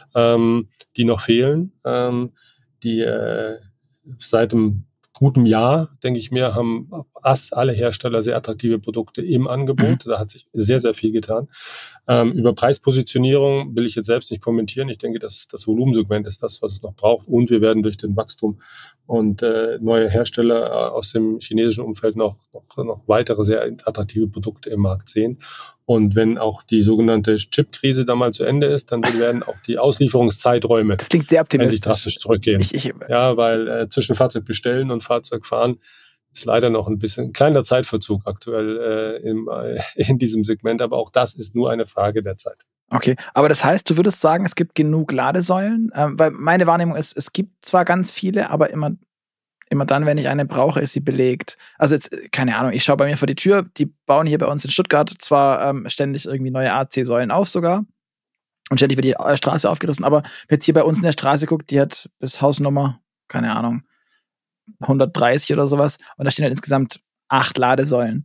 ähm, die noch fehlen, ähm, die äh, seit einem guten Jahr, denke ich mir, haben alle Hersteller sehr attraktive Produkte im Angebot. Da hat sich sehr, sehr viel getan. Ähm, über Preispositionierung will ich jetzt selbst nicht kommentieren. Ich denke, dass das Volumensegment ist das, was es noch braucht. Und wir werden durch den Wachstum und äh, neue Hersteller äh, aus dem chinesischen Umfeld noch, noch, noch weitere sehr attraktive Produkte im Markt sehen. Und wenn auch die sogenannte Chip-Krise dann mal zu Ende ist, dann werden auch die Auslieferungszeiträume das klingt sehr optimistisch. drastisch zurückgehen. Ich, ich, ja, weil äh, zwischen Fahrzeug bestellen und Fahrzeug fahren ist leider noch ein bisschen ein kleiner Zeitverzug aktuell äh, im, äh, in diesem Segment. Aber auch das ist nur eine Frage der Zeit. Okay, aber das heißt, du würdest sagen, es gibt genug Ladesäulen? Ähm, weil meine Wahrnehmung ist, es gibt zwar ganz viele, aber immer Immer dann, wenn ich eine brauche, ist sie belegt. Also jetzt, keine Ahnung, ich schaue bei mir vor die Tür, die bauen hier bei uns in Stuttgart zwar ähm, ständig irgendwie neue A C-Säulen auf sogar und ständig wird die Straße aufgerissen, aber wer jetzt hier bei uns in der Straße guckt, die hat bis Hausnummer, keine Ahnung, hundertdreißig oder sowas und da stehen halt insgesamt acht Ladesäulen.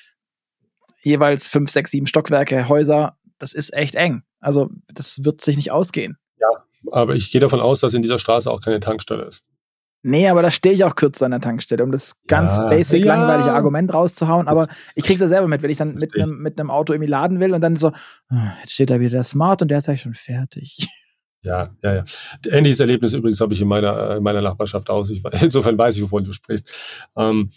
Jeweils fünf, sechs, sieben Stockwerke, Häuser, das ist echt eng. Also das wird sich nicht ausgehen. Ja, aber ich gehe davon aus, dass in dieser Straße auch keine Tankstelle ist. Nee, aber da stehe ich auch kürzer an der Tankstelle, um das ganz ja, basic, ja. langweilige Argument rauszuhauen. Aber ich krieg's ja selber mit, wenn ich dann mit einem mit einem Auto irgendwie laden will und dann so, oh, jetzt steht da wieder der Smart und der ist eigentlich schon fertig. Ja, ja, ja. Ähnliches Erlebnis übrigens habe ich in meiner, in meiner Nachbarschaft aus. Ich, insofern weiß ich, wovon du sprichst. Ähm,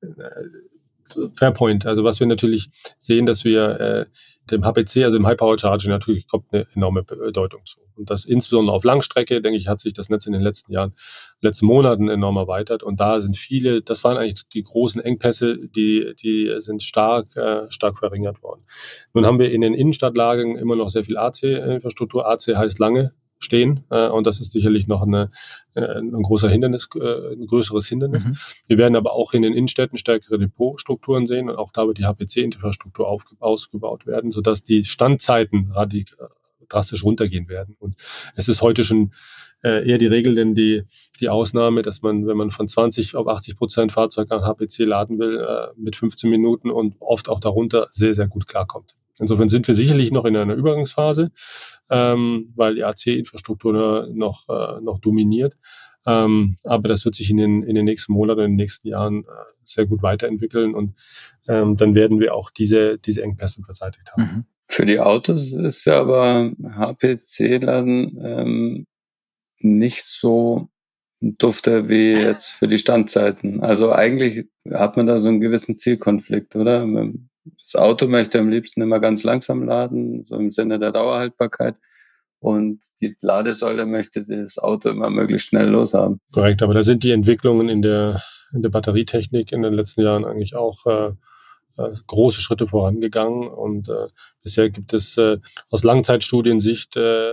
Fairpoint. Also was wir natürlich sehen, dass wir äh, dem H P C, also dem High Power Charging, natürlich kommt eine enorme Bedeutung zu. Und das insbesondere auf Langstrecke, denke ich, hat sich das Netz in den letzten Jahren, letzten Monaten enorm erweitert. Und da sind viele, das waren eigentlich die großen Engpässe, die die sind stark äh, stark verringert worden. Nun haben wir in den Innenstadtlagen immer noch sehr viel A C-Infrastruktur. A C heißt lange stehen, äh, und das ist sicherlich noch eine, äh, ein großer Hindernis, äh, ein größeres Hindernis. Mhm. Wir werden aber auch in den Innenstädten stärkere Depotstrukturen sehen und auch da wird die H P C-Infrastruktur auf, ausgebaut werden, sodass die Standzeiten radik- drastisch runtergehen werden. Und es ist heute schon äh, eher die Regel, denn die, die Ausnahme, dass man, wenn man von zwanzig auf achtzig Prozent Fahrzeug an H P C laden will, äh, mit fünfzehn Minuten und oft auch darunter sehr, sehr gut klarkommt. Insofern sind wir sicherlich noch in einer Übergangsphase, ähm, weil die A C-Infrastruktur noch, äh, noch dominiert. Ähm, aber das wird sich in den, in den nächsten Monaten, in den nächsten Jahren äh, sehr gut weiterentwickeln und ähm, dann werden wir auch diese, diese Engpässe beseitigt haben. Mhm. Für die Autos ist ja aber H P C-Laden ähm, nicht so dufte wie jetzt für die Standzeiten. Also eigentlich hat man da so einen gewissen Zielkonflikt, oder? Das Auto möchte am liebsten immer ganz langsam laden, so im Sinne der Dauerhaltbarkeit. Und die Ladesäule möchte das Auto immer möglichst schnell loshaben. Korrekt, aber da sind die Entwicklungen in der, in der Batterietechnik in den letzten Jahren eigentlich auch äh, äh, große Schritte vorangegangen. Und äh, bisher gibt es äh, aus Langzeitstudiensicht äh,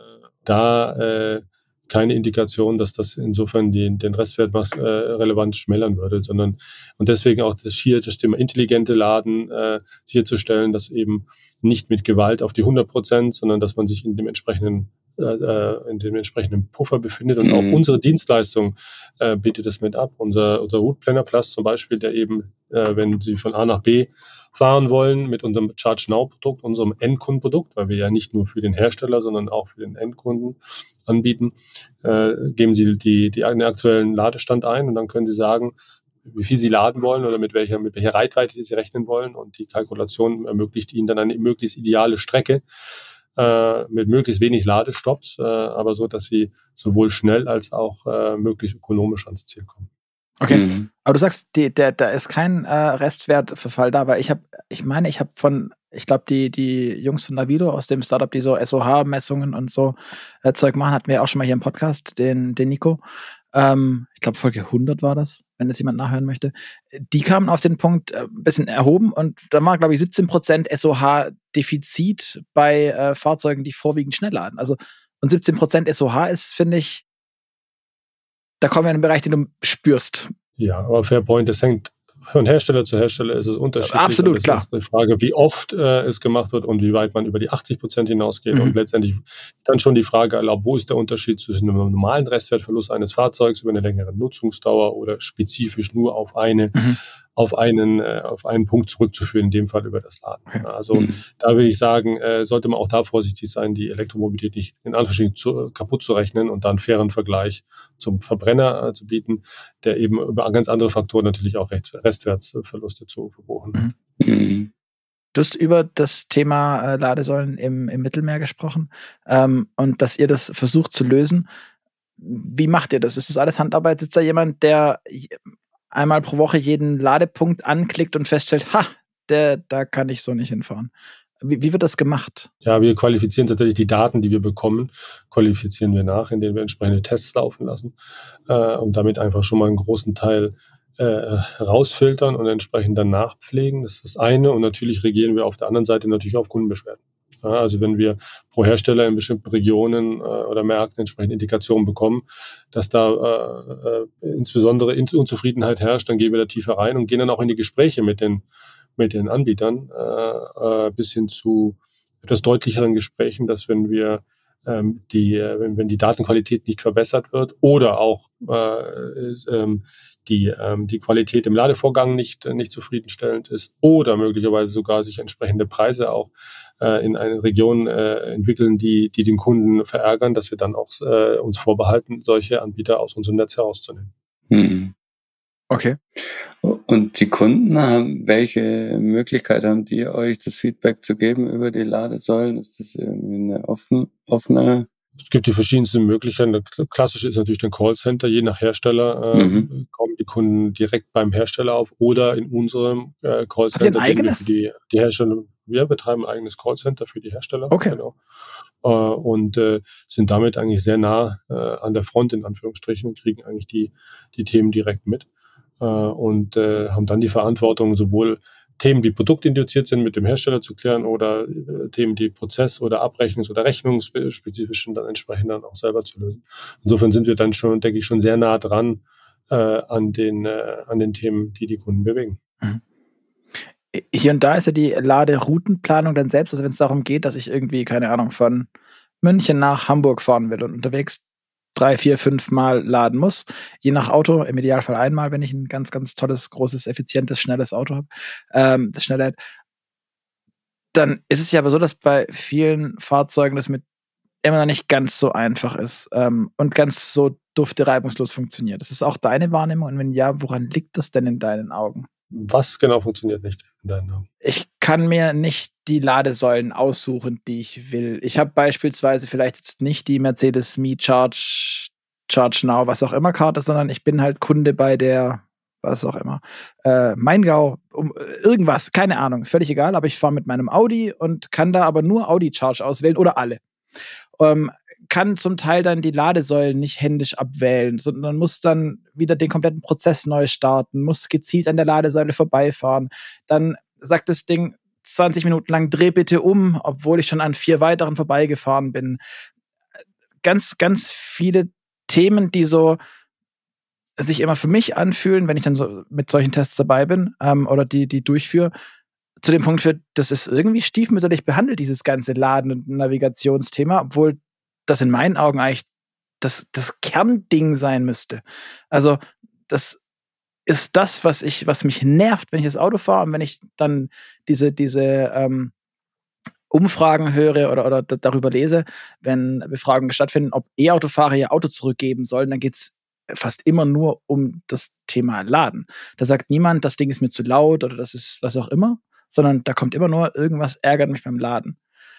da äh, keine Indikation, dass das insofern den, den Restwert was, äh, relevant schmälern würde, sondern und deswegen auch das hier das Thema intelligente Laden äh, sicherzustellen, dass eben nicht mit Gewalt auf die hundert Prozent, sondern dass man sich in dem entsprechenden äh, in dem entsprechenden Puffer befindet und mhm. auch unsere Dienstleistung äh, bietet es mit ab. Unser, unser Route Planner Plus zum Beispiel, der eben, äh, wenn Sie von A nach B fahren wollen mit unserem Charge Now Produkt, unserem Endkundenprodukt, weil wir ja nicht nur für den Hersteller, sondern auch für den Endkunden anbieten, äh, geben Sie die, die, den aktuellen Ladestand ein und dann können Sie sagen, wie viel Sie laden wollen oder mit welcher, mit welcher Reichweite Sie rechnen wollen und die Kalkulation ermöglicht Ihnen dann eine möglichst ideale Strecke äh, mit möglichst wenig Ladestops, äh, aber so, dass Sie sowohl schnell als auch äh, möglichst ökonomisch ans Ziel kommen. Okay, mhm. aber du sagst, die, der, da ist kein äh, Restwertverfall da, weil ich habe, ich meine, ich habe von, ich glaube, die die Jungs von Navido aus dem Startup, die so S O H-Messungen und so äh, Zeug machen, hatten wir auch schon mal hier im Podcast, den, den Nico. Ähm, ich glaube, Folge hundert war das, wenn das jemand nachhören möchte. Die kamen auf den Punkt ein äh, bisschen erhoben und da war, glaube ich, siebzehn Prozent S O H-Defizit bei äh, Fahrzeugen, die vorwiegend schnell laden. Also, und siebzehn Prozent S O H ist, finde ich, da kommen wir in den Bereich, den du spürst. Ja, aber Fairpoint, das hängt von Hersteller zu Hersteller, ist es unterschiedlich. Absolut, das klar. ist die Frage, wie oft äh, es gemacht wird und wie weit man über die achtzig Prozent hinausgeht. Mhm. Und letztendlich ist dann schon die Frage, wo ist der Unterschied zwischen einem normalen Restwertverlust eines Fahrzeugs über eine längere Nutzungsdauer oder spezifisch nur auf eine mhm. auf einen äh, auf einen Punkt zurückzuführen, in dem Fall über das Laden. Okay. Also mhm. da würde ich sagen, äh, sollte man auch da vorsichtig sein, die Elektromobilität nicht in Anführungsstrichen zu, kaputt zu rechnen und dann einen fairen Vergleich zum Verbrenner äh, zu bieten, der eben über ganz andere Faktoren natürlich auch Rest, Restwertverluste zu verbuchen. Mhm. Du hast über das Thema äh, Ladesäulen im, im Mittelmeer gesprochen ähm, und dass ihr das versucht zu lösen. Wie macht ihr das? Ist das alles Handarbeit? Sitzt da jemand, der einmal pro Woche jeden Ladepunkt anklickt und feststellt, ha, der, da kann ich so nicht hinfahren? Wie, wie wird das gemacht? Ja, wir qualifizieren tatsächlich die Daten, die wir bekommen, qualifizieren wir nach, indem wir entsprechende Tests laufen lassen äh, und damit einfach schon mal einen großen Teil äh, rausfiltern und entsprechend dann nachpflegen. Das ist das eine. Und natürlich reagieren wir auf der anderen Seite natürlich auf Kundenbeschwerden. Ja, also wenn wir pro Hersteller in bestimmten Regionen äh, oder Märkten entsprechende Indikationen bekommen, dass da äh, äh, insbesondere Unzufriedenheit herrscht, dann gehen wir da tiefer rein und gehen dann auch in die Gespräche mit den mit den Anbietern äh, äh, bis hin zu etwas deutlicheren Gesprächen, dass wenn wir ähm, die, wenn, wenn die Datenqualität nicht verbessert wird oder auch äh, ähm, die ähm, die Qualität im Ladevorgang nicht nicht zufriedenstellend ist oder möglicherweise sogar sich entsprechende Preise auch äh, in einer Region äh, entwickeln, die die den Kunden verärgern, dass wir dann auch äh, uns vorbehalten, solche Anbieter aus unserem Netz herauszunehmen. Mhm. Okay. Und die Kunden haben, welche Möglichkeit haben die, euch das Feedback zu geben über die Ladesäulen? Ist das irgendwie eine offen, offene Es gibt die verschiedensten Möglichkeiten. Klassisch ist natürlich ein Callcenter. Je nach Hersteller äh, mhm. kommen die Kunden direkt beim Hersteller auf oder in unserem äh, Callcenter. Habt ihr ein eigenes? Wir für die, die Hersteller, wir betreiben ein eigenes Callcenter für die Hersteller. Okay. Genau. Äh, und äh, sind damit eigentlich sehr nah äh, an der Front, in Anführungsstrichen, und kriegen eigentlich die, die Themen direkt mit. Äh, und äh, haben dann die Verantwortung, sowohl Themen, die produktinduziert sind, mit dem Hersteller zu klären oder äh, Themen, die Prozess- oder Abrechnungs- oder Rechnungsspezifisch sind, dann entsprechend dann auch selber zu lösen. Insofern sind wir dann schon, denke ich, schon sehr nah dran äh, an den äh, an den Themen, die die Kunden bewegen. Mhm. Hier und da ist ja die Laderoutenplanung dann selbst, also wenn es darum geht, dass ich irgendwie, keine Ahnung, von München nach Hamburg fahren will und unterwegs drei, vier, fünf Mal laden muss, je nach Auto, im Idealfall einmal, wenn ich ein ganz, ganz tolles, großes, effizientes, schnelles Auto habe, ähm, das schnell lädt. Dann ist es ja aber so, dass bei vielen Fahrzeugen das mit immer noch nicht ganz so einfach ist ähm, und ganz so dufte reibungslos funktioniert. Das ist auch deine Wahrnehmung und wenn ja, woran liegt das denn in deinen Augen? Was genau funktioniert nicht in deinen Augen? Ich kann mir nicht die Ladesäulen aussuchen, die ich will. Ich habe beispielsweise vielleicht jetzt nicht die Mercedes Me Charge, Charge Now, was auch immer Karte, sondern ich bin halt Kunde bei der, was auch immer, äh, Maingau, um, irgendwas, keine Ahnung, völlig egal, aber ich fahre mit meinem Audi und kann da aber nur Audi Charge auswählen oder alle. Ähm, kann zum Teil dann die Ladesäulen nicht händisch abwählen, sondern muss dann wieder den kompletten Prozess neu starten, muss gezielt an der Ladesäule vorbeifahren. Dann sagt das Ding zwanzig Minuten lang, dreh bitte um, obwohl ich schon an vier weiteren vorbeigefahren bin. Ganz, ganz viele Themen, die so sich immer für mich anfühlen, wenn ich dann so mit solchen Tests dabei bin ähm, oder die, die durchführe, zu dem Punkt führt, das ist irgendwie stiefmütterlich behandelt, dieses ganze Laden- und Navigationsthema, obwohl das in meinen Augen eigentlich das, das Kernding sein müsste. Also das ist das, was ich, was mich nervt, wenn ich das Auto fahre und wenn ich dann diese, diese ähm, Umfragen höre oder, oder d- darüber lese, wenn Befragungen stattfinden, ob E-Autofahrer ihr Auto zurückgeben sollen, dann geht's fast immer nur um das Thema Laden. Da sagt niemand, das Ding ist mir zu laut oder das ist was auch immer, sondern da kommt immer nur irgendwas, ärgert mich beim Laden.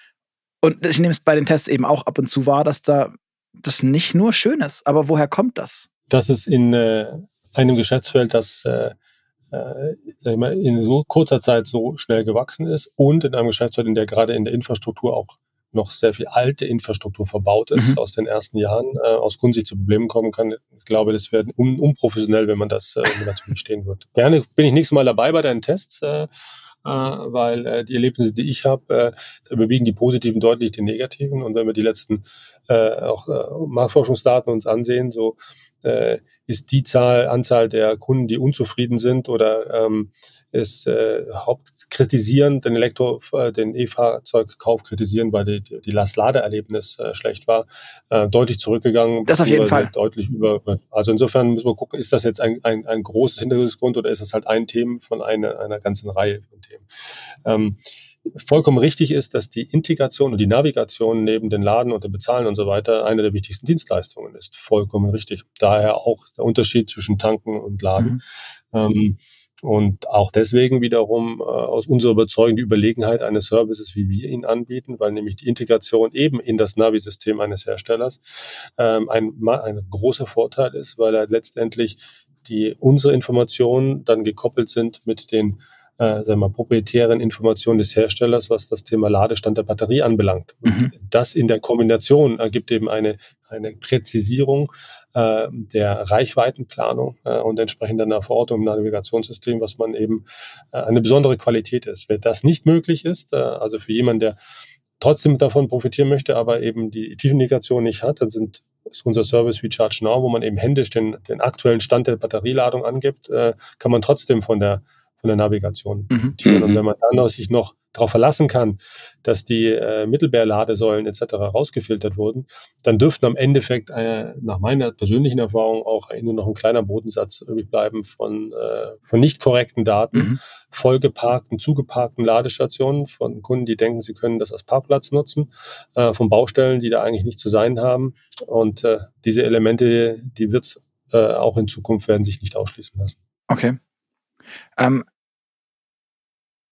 Und ich nehme es bei den Tests eben auch ab und zu wahr, dass da das nicht nur schön ist. Aber woher kommt das? Das ist in äh, einem Geschäftsfeld, das äh, äh, sag ich mal, in so kurzer Zeit so schnell gewachsen ist und in einem Geschäftsfeld, in der gerade in der Infrastruktur auch noch sehr viel alte Infrastruktur verbaut ist, mhm. aus den ersten Jahren, äh, aus Kundensicht zu Problemen kommen kann. Ich glaube, das wäre un- unprofessionell, wenn man das äh, natürlich stehen würde. Gerne bin ich nächstes Mal dabei bei deinen Tests, äh, äh, weil äh, die Erlebnisse, die ich habe, äh, da überwiegen die positiven deutlich die negativen. Und wenn wir die letzten äh, auch äh, Marktforschungsdaten uns ansehen, so äh, ist die Zahl, Anzahl der Kunden, die unzufrieden sind oder ähm, ist äh, Haupt kritisieren, den Elektro, äh, den E-Fahrzeugkauf kritisieren, weil die, die, das Ladeerlebnis äh, schlecht war, äh, deutlich zurückgegangen. Das auf jeden Fall. Deutlich über. Also insofern müssen wir gucken, ist das jetzt ein, ein, ein großes Hinderungsgrund oder ist es halt ein Thema von einer, einer ganzen Reihe von Themen? Ähm, vollkommen richtig ist, dass die Integration und die Navigation neben den Laden und dem Bezahlen und so weiter eine der wichtigsten Dienstleistungen ist. Vollkommen richtig. Daher auch der Unterschied zwischen Tanken und Laden. Mhm. Ähm, und auch deswegen wiederum äh, aus unserer Überzeugung die Überlegenheit eines Services, wie wir ihn anbieten, weil nämlich die Integration eben in das Navi-System eines Herstellers ähm, ein, ein großer Vorteil ist, weil er letztendlich die unsere Informationen dann gekoppelt sind mit den äh, sagen wir mal, proprietären Informationen des Herstellers, was das Thema Ladestand der Batterie anbelangt. Und mhm. das in der Kombination ergibt eben eine, eine Präzisierung äh, der Reichweitenplanung äh, und entsprechend einer Verortung im Navigationssystem, was man eben äh, eine besondere Qualität ist. Wenn das nicht möglich ist, äh, also für jemanden, der trotzdem davon profitieren möchte, aber eben die Tiefenindikation nicht hat, dann sind ist unser Service wie Charge Now, wo man eben händisch den, den aktuellen Stand der Batterieladung angibt, äh, kann man trotzdem von der von der Navigation profitieren. Mhm. Und wenn man dann sich noch darauf verlassen kann, dass die äh, Mittelbär-Ladesäulen et cetera rausgefiltert wurden, dann dürften am Endeffekt äh, nach meiner persönlichen Erfahrung auch nur noch ein kleiner Bodensatz übrig bleiben von, äh, von nicht korrekten Daten, mhm. vollgeparkten, zugeparkten Ladestationen von Kunden, die denken, sie können das als Parkplatz nutzen, äh, von Baustellen, die da eigentlich nicht zu sein haben. Und äh, diese Elemente, die wird's äh, auch in Zukunft werden sich nicht ausschließen lassen. Okay. Ähm,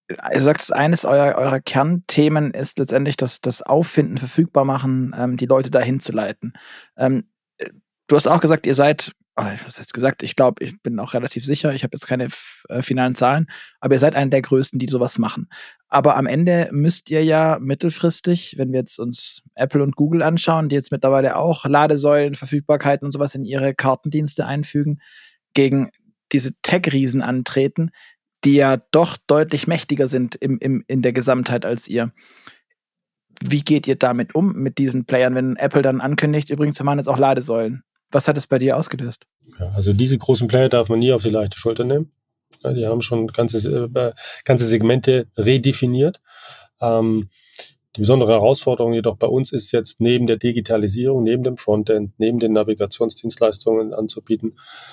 Du sagst, eines eurer, eurer Kernthemen ist letztendlich das, das Auffinden, verfügbar machen, ähm, die Leute dahin zu leiten. Ähm, du hast auch gesagt, ihr seid, oh, was hast du gesagt? Ich glaube, ich bin auch relativ sicher, ich habe jetzt keine f- äh, finalen Zahlen, aber ihr seid einer der Größten, die sowas machen. Aber am Ende müsst ihr ja mittelfristig, wenn wir jetzt uns Apple und Google anschauen, die jetzt mittlerweile auch Ladesäulen, Verfügbarkeiten und sowas in ihre Kartendienste einfügen, gegen diese Tech-Riesen antreten, die ja doch deutlich mächtiger sind im, im, in der Gesamtheit als ihr. Wie geht ihr damit um, mit diesen Playern, wenn Apple dann ankündigt, übrigens, wir machen jetzt auch Ladesäulen? Was hat es bei dir ausgelöst? Ja, also diese großen Player darf man nie auf die leichte Schulter nehmen. Ja, die haben schon ganze, äh, ganze Segmente redefiniert. Ähm, die besondere Herausforderung jedoch bei uns ist jetzt neben der Digitalisierung, neben dem Frontend, neben den Navigationsdienstleistungen anzubieten,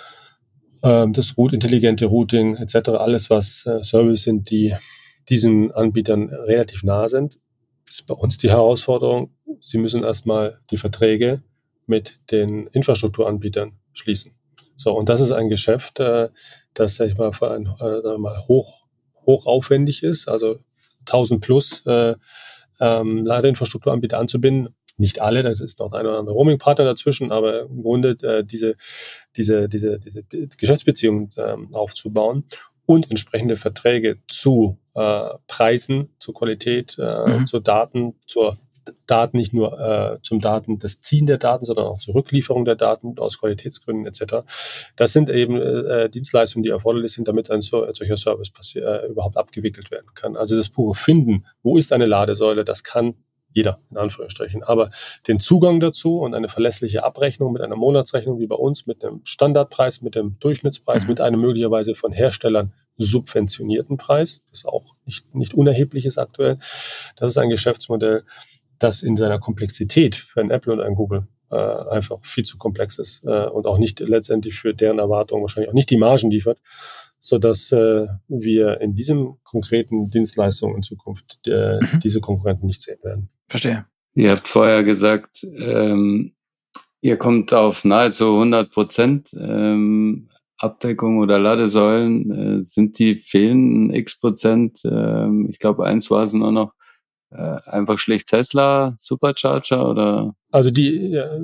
das Root, intelligente Routing et cetera, alles, was äh, Services sind, die diesen Anbietern relativ nah sind, ist bei uns die Herausforderung, sie müssen erstmal die Verträge mit den Infrastrukturanbietern schließen. So, und das ist ein Geschäft, äh, das, sag ich mal, für ein, äh, mal hoch, hoch aufwendig ist, also tausend plus äh, ähm, Ladeinfrastrukturanbieter anzubinden. Nicht alle, das ist noch ein oder andere Roaming-Partner dazwischen, aber im Grunde äh, diese, diese, diese, diese Geschäftsbeziehungen ähm, aufzubauen und entsprechende Verträge zu äh, Preisen, zur Qualität, äh, mhm. zur Daten, zur Daten, nicht nur äh, zum Daten, das Ziehen der Daten, sondern auch zur Rücklieferung der Daten aus Qualitätsgründen et cetera. Das sind eben äh, Dienstleistungen, die erforderlich sind, damit ein so, solcher Service passi- äh, überhaupt abgewickelt werden kann. Also das pure Finden, wo ist eine Ladesäule, das kann jeder, in Anführungsstrichen. Aber den Zugang dazu und eine verlässliche Abrechnung mit einer Monatsrechnung wie bei uns, mit einem Standardpreis, mit dem Durchschnittspreis, mhm. mit einem möglicherweise von Herstellern subventionierten Preis, das auch nicht, nicht unerheblich ist aktuell. Das ist ein Geschäftsmodell, das in seiner Komplexität für ein Apple und ein Google äh, einfach viel zu komplex ist äh, und auch nicht letztendlich für deren Erwartungen wahrscheinlich auch nicht die Margen liefert, sodass äh, wir in diesem konkreten Dienstleistung in Zukunft äh, mhm. diese Konkurrenten nicht sehen werden. Verstehe. Ihr habt vorher gesagt, ähm, ihr kommt auf nahezu hundert Prozent ähm, Abdeckung oder Ladesäulen. Äh, sind die fehlen x Prozent? Ähm, ich glaube, eins war es nur noch. Äh, einfach schlicht Tesla Supercharger oder? Also die ja,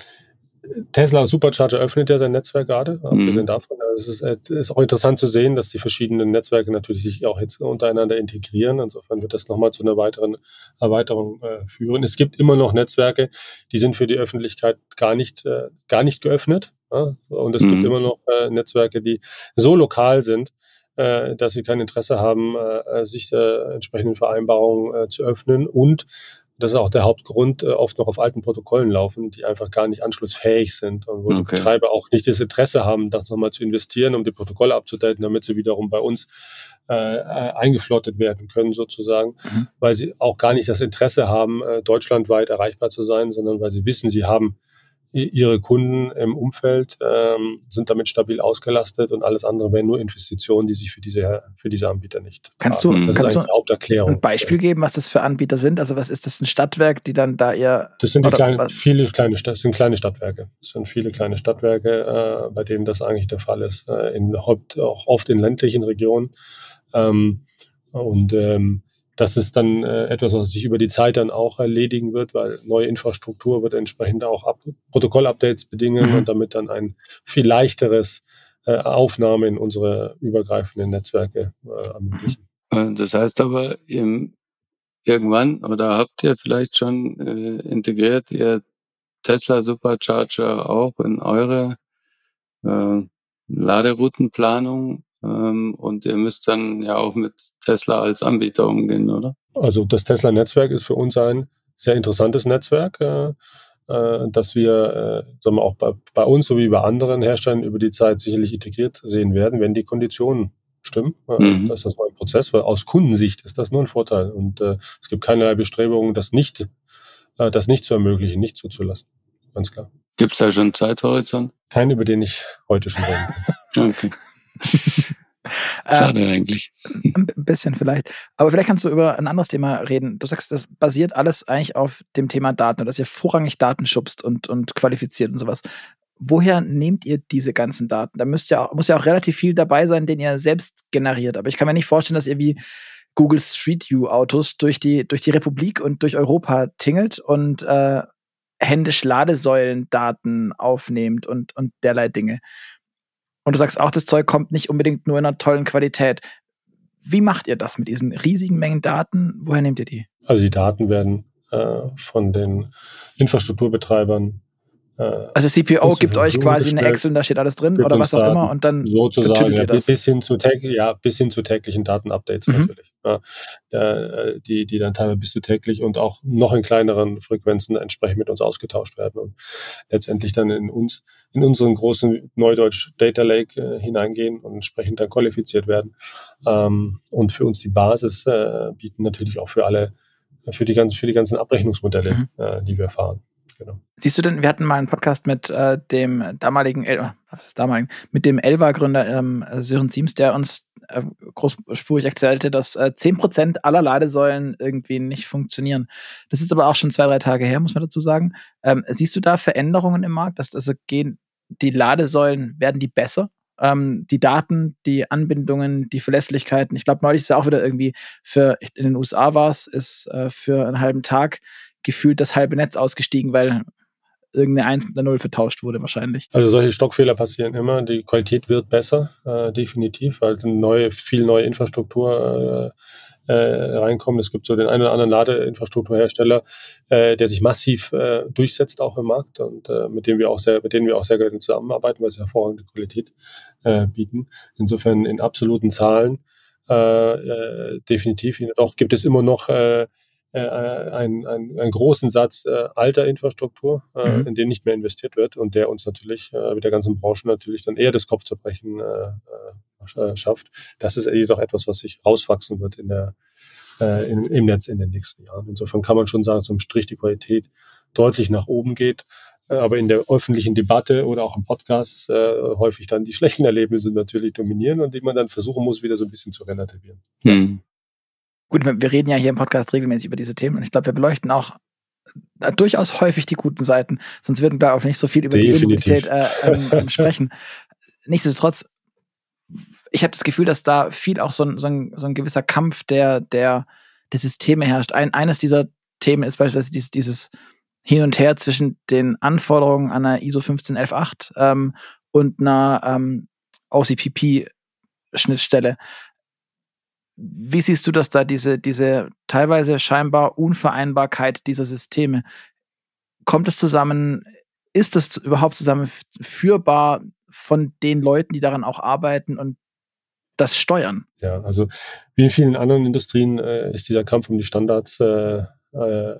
Tesla Supercharger öffnet ja sein Netzwerk gerade, abgesehen mhm. davon. Also es ist, ist auch interessant zu sehen, dass die verschiedenen Netzwerke natürlich sich auch jetzt untereinander integrieren. Insofern wird das nochmal zu einer weiteren Erweiterung äh, führen. Es gibt immer noch Netzwerke, die sind für die Öffentlichkeit gar nicht, äh, gar nicht geöffnet. Ja? Und es mhm. gibt immer noch äh, Netzwerke, die so lokal sind, äh, dass sie kein Interesse haben, äh, sich äh, entsprechenden Vereinbarungen äh, zu öffnen. Und das ist auch der Hauptgrund, äh, oft noch auf alten Protokollen laufen, die einfach gar nicht anschlussfähig sind und wo okay. die Betreiber auch nicht das Interesse haben, das nochmal zu investieren, um die Protokolle abzudaten, damit sie wiederum bei uns äh, eingeflottet werden können sozusagen, mhm. weil sie auch gar nicht das Interesse haben, äh, deutschlandweit erreichbar zu sein, sondern weil sie wissen, sie haben ihre Kunden im Umfeld, ähm, sind damit stabil ausgelastet und alles andere wären nur Investitionen, die sich für diese, für diese Anbieter nicht Kannst du, haben. Das kannst ist eigentlich die Haupterklärung. Ein Beispiel geben, was das für Anbieter sind? Also was ist das, ein Stadtwerk, die dann da eher... Das sind die kleinen, viele kleine, das sind kleine Stadtwerke. Das sind viele kleine Stadtwerke, äh, bei denen das eigentlich der Fall ist. Äh, in, auch oft in ländlichen Regionen. Ähm, und ähm, das ist dann äh, etwas, was sich über die Zeit dann auch erledigen wird, weil neue Infrastruktur wird entsprechend auch Ab- Protokoll-Updates bedingen mhm. und damit dann ein viel leichteres äh, Aufnahme in unsere übergreifenden Netzwerke äh, ermöglichen. Das heißt aber, im, irgendwann, oder habt ihr vielleicht schon äh, integriert, ihr Tesla Supercharger auch in eure äh, Laderoutenplanung? Ähm, und ihr müsst dann ja auch mit Tesla als Anbieter umgehen, oder? Also das Tesla-Netzwerk ist für uns ein sehr interessantes Netzwerk, äh, äh, das wir äh, sagen wir auch bei, bei uns sowie bei anderen Herstellern über die Zeit sicherlich integriert sehen werden, wenn die Konditionen stimmen. Äh, mhm. Das ist das ein Prozess, weil aus Kundensicht ist das nur ein Vorteil. Und äh, es gibt keinerlei Bestrebungen, das nicht, äh, das nicht zu ermöglichen, nicht zuzulassen. Ganz klar. Gibt es da schon einen Zeithorizont? Keinen, über den ich heute schon reden kann. Okay. Schade eigentlich. Ein bisschen vielleicht. Aber vielleicht kannst du über ein anderes Thema reden. Du sagst, das basiert alles eigentlich auf dem Thema Daten, dass ihr vorrangig Daten schubst und, und qualifiziert und sowas. Woher nehmt ihr diese ganzen Daten? Da müsst ja auch, muss ja auch relativ viel dabei sein, den ihr selbst generiert. Aber ich kann mir nicht vorstellen, dass ihr wie Google Street View Autos durch die, durch die Republik und durch Europa tingelt und äh, händisch Ladesäulendaten aufnehmt und, und derlei Dinge. Und du sagst auch, das Zeug kommt nicht unbedingt nur in einer tollen Qualität. Wie macht ihr das mit diesen riesigen Mengen Daten? Woher nehmt ihr die? Also die Daten werden äh, von den Infrastrukturbetreibern Also C P O gibt euch quasi eine Excel und da steht alles drin oder was auch immer und dann sozusagen ihr das. bis hin zu ja bis hin zu täglichen Datenupdates mhm. natürlich, ja, die die dann teilweise bis zu täglich und auch noch in kleineren Frequenzen entsprechend mit uns ausgetauscht werden und letztendlich dann in uns in unseren großen Neudeutsch Data Lake äh, hineingehen und entsprechend dann qualifiziert werden ähm, und für uns die Basis äh, bieten natürlich auch für alle für die ganzen für die ganzen Abrechnungsmodelle, mhm. äh, die wir fahren. Genau. Siehst du denn, wir hatten mal einen Podcast mit äh, dem damaligen, El- was ist damaligen, mit dem Elva-Gründer ähm, Sören Siems, der uns äh, großspurig erzählte, dass äh, zehn Prozent aller Ladesäulen irgendwie nicht funktionieren. Das ist aber auch schon zwei, drei Tage her, muss man dazu sagen. Ähm, siehst du da Veränderungen im Markt? Dass, also gehen die Ladesäulen, werden die besser? Ähm, die Daten, die Anbindungen, die Verlässlichkeiten. Ich glaube, neulich ist ja auch wieder irgendwie für, in den U S A war es, ist äh, für einen halben Tag gefühlt das halbe Netz ausgestiegen, weil irgendeine Eins mit einer Null vertauscht wurde wahrscheinlich. Also solche Stockfehler passieren immer. Die Qualität wird besser, äh, definitiv, weil neue, viel neue Infrastruktur äh, äh, reinkommt. Es gibt so den einen oder anderen Ladeinfrastrukturhersteller, äh, der sich massiv äh, durchsetzt auch im Markt und äh, mit dem wir auch sehr, mit denen wir auch sehr gerne zusammenarbeiten, weil sie hervorragende Qualität äh, bieten. Insofern in absoluten Zahlen äh, äh, definitiv. Jedoch gibt es immer noch äh, Äh, einen, einen, einen großen Satz äh, alter Infrastruktur, äh, mhm. in den nicht mehr investiert wird und der uns natürlich äh, mit der ganzen Branche natürlich dann eher das Kopfzerbrechen äh, äh, schafft. Das ist jedoch etwas, was sich rauswachsen wird in der, äh, in, im Netz in den nächsten Jahren. Insofern kann man schon sagen, so ein Strich die Qualität deutlich nach oben geht. Äh, aber in der öffentlichen Debatte oder auch im Podcast äh, häufig dann die schlechten Erlebnisse natürlich dominieren und die man dann versuchen muss, wieder so ein bisschen zu relativieren. Hm. Gut, wir reden ja hier im Podcast regelmäßig über diese Themen und ich glaube, wir beleuchten auch durchaus häufig die guten Seiten, sonst würden wir auch nicht so viel über Definitiv. die E-Mobilität äh, ähm, sprechen. Nichtsdestotrotz, ich habe das Gefühl, dass da viel auch so ein, so ein, so ein gewisser Kampf der, der, der Systeme herrscht. Ein, eines dieser Themen ist beispielsweise dieses, dieses Hin und Her zwischen den Anforderungen an einer I S O fünfzehn elf Punkt acht ähm, und einer ähm, O C P P-Schnittstelle. Wie siehst du das da, diese, diese teilweise scheinbar Unvereinbarkeit dieser Systeme? Kommt es zusammen, ist es überhaupt zusammenführbar von den Leuten, die daran auch arbeiten und das steuern? Ja, also wie in vielen anderen Industrien äh, ist dieser Kampf um die Standards äh, äh,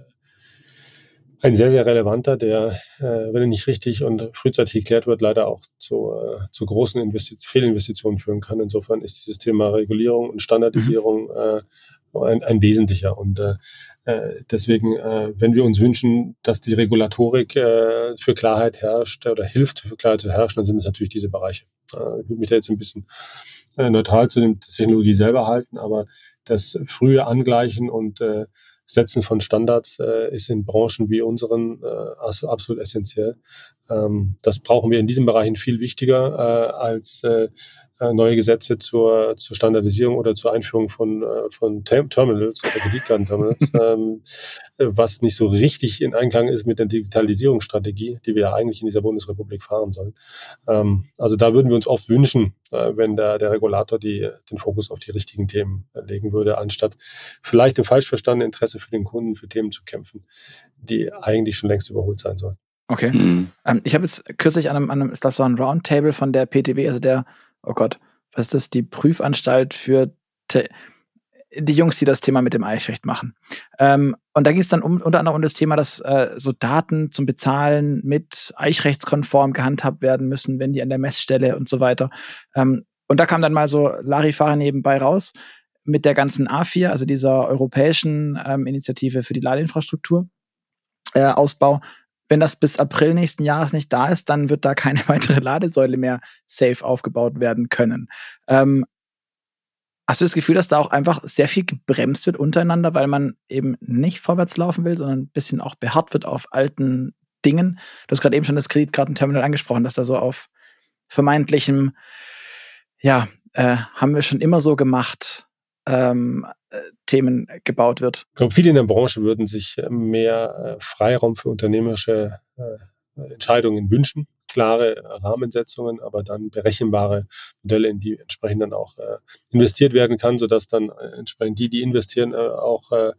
ein sehr, sehr relevanter, der, äh, wenn er nicht richtig und frühzeitig geklärt wird, leider auch zu, äh, zu großen Investi- Fehlinvestitionen führen kann. Insofern ist dieses Thema Regulierung und Standardisierung mhm. äh, ein, ein wesentlicher. Und äh, deswegen, äh, wenn wir uns wünschen, dass die Regulatorik äh, für Klarheit herrscht oder hilft, für Klarheit zu herrschen, dann sind es natürlich diese Bereiche. Äh, ich würde mich da jetzt ein bisschen äh, neutral zu der Technologie selber halten, aber das frühe Angleichen und äh, Setzen von Standards äh, ist in Branchen wie unseren äh, absolut essentiell. Ähm, das brauchen wir in diesen Bereichen viel wichtiger äh, als äh, neue Gesetze zur, zur Standardisierung oder zur Einführung von, äh, von Term- Terminals oder Kreditkartenterminals, ähm, was nicht so richtig in Einklang ist mit der Digitalisierungsstrategie, die wir ja eigentlich in dieser Bundesrepublik fahren sollen. Ähm, also da würden wir uns oft wünschen, äh, wenn der, der Regulator die, den Fokus auf die richtigen Themen äh, legen würde, anstatt vielleicht im falsch verstandenen Interesse für den Kunden für Themen zu kämpfen, die eigentlich schon längst überholt sein sollen. Okay. Mhm. Ähm, ich habe jetzt kürzlich an einem, an einem, das war ein Roundtable von der P T B, also der oh Gott, was ist das? Die Prüfanstalt für te- die Jungs, die das Thema mit dem Eichrecht machen. Ähm, und da ging es dann um, unter anderem um das Thema, dass äh, so Daten zum Bezahlen mit eichrechtskonform gehandhabt werden müssen, wenn die an der Messstelle und so weiter. Ähm, und da kam dann mal so Larifari nebenbei raus mit der ganzen A vier, also dieser europäischen ähm, Initiative für die Ladeinfrastruktur, äh, Ausbau. Wenn das bis April nächsten Jahres nicht da ist, dann wird da keine weitere Ladesäule mehr safe aufgebaut werden können. Ähm, hast du das Gefühl, dass da auch einfach sehr viel gebremst wird untereinander, weil man eben nicht vorwärts laufen will, sondern ein bisschen auch beharrt wird auf alten Dingen? Du hast gerade eben schon das Kreditkartenterminal angesprochen, dass da so auf vermeintlichem, ja, äh, haben wir schon immer so gemacht, ähm, Themen gebaut wird. Ich glaube, viele in der Branche würden sich mehr äh, Freiraum für unternehmerische äh, Entscheidungen wünschen, klare Rahmensetzungen, aber dann berechenbare Modelle, in die entsprechend dann auch äh, investiert werden kann, sodass dann äh, entsprechend die, die investieren, äh, auch äh,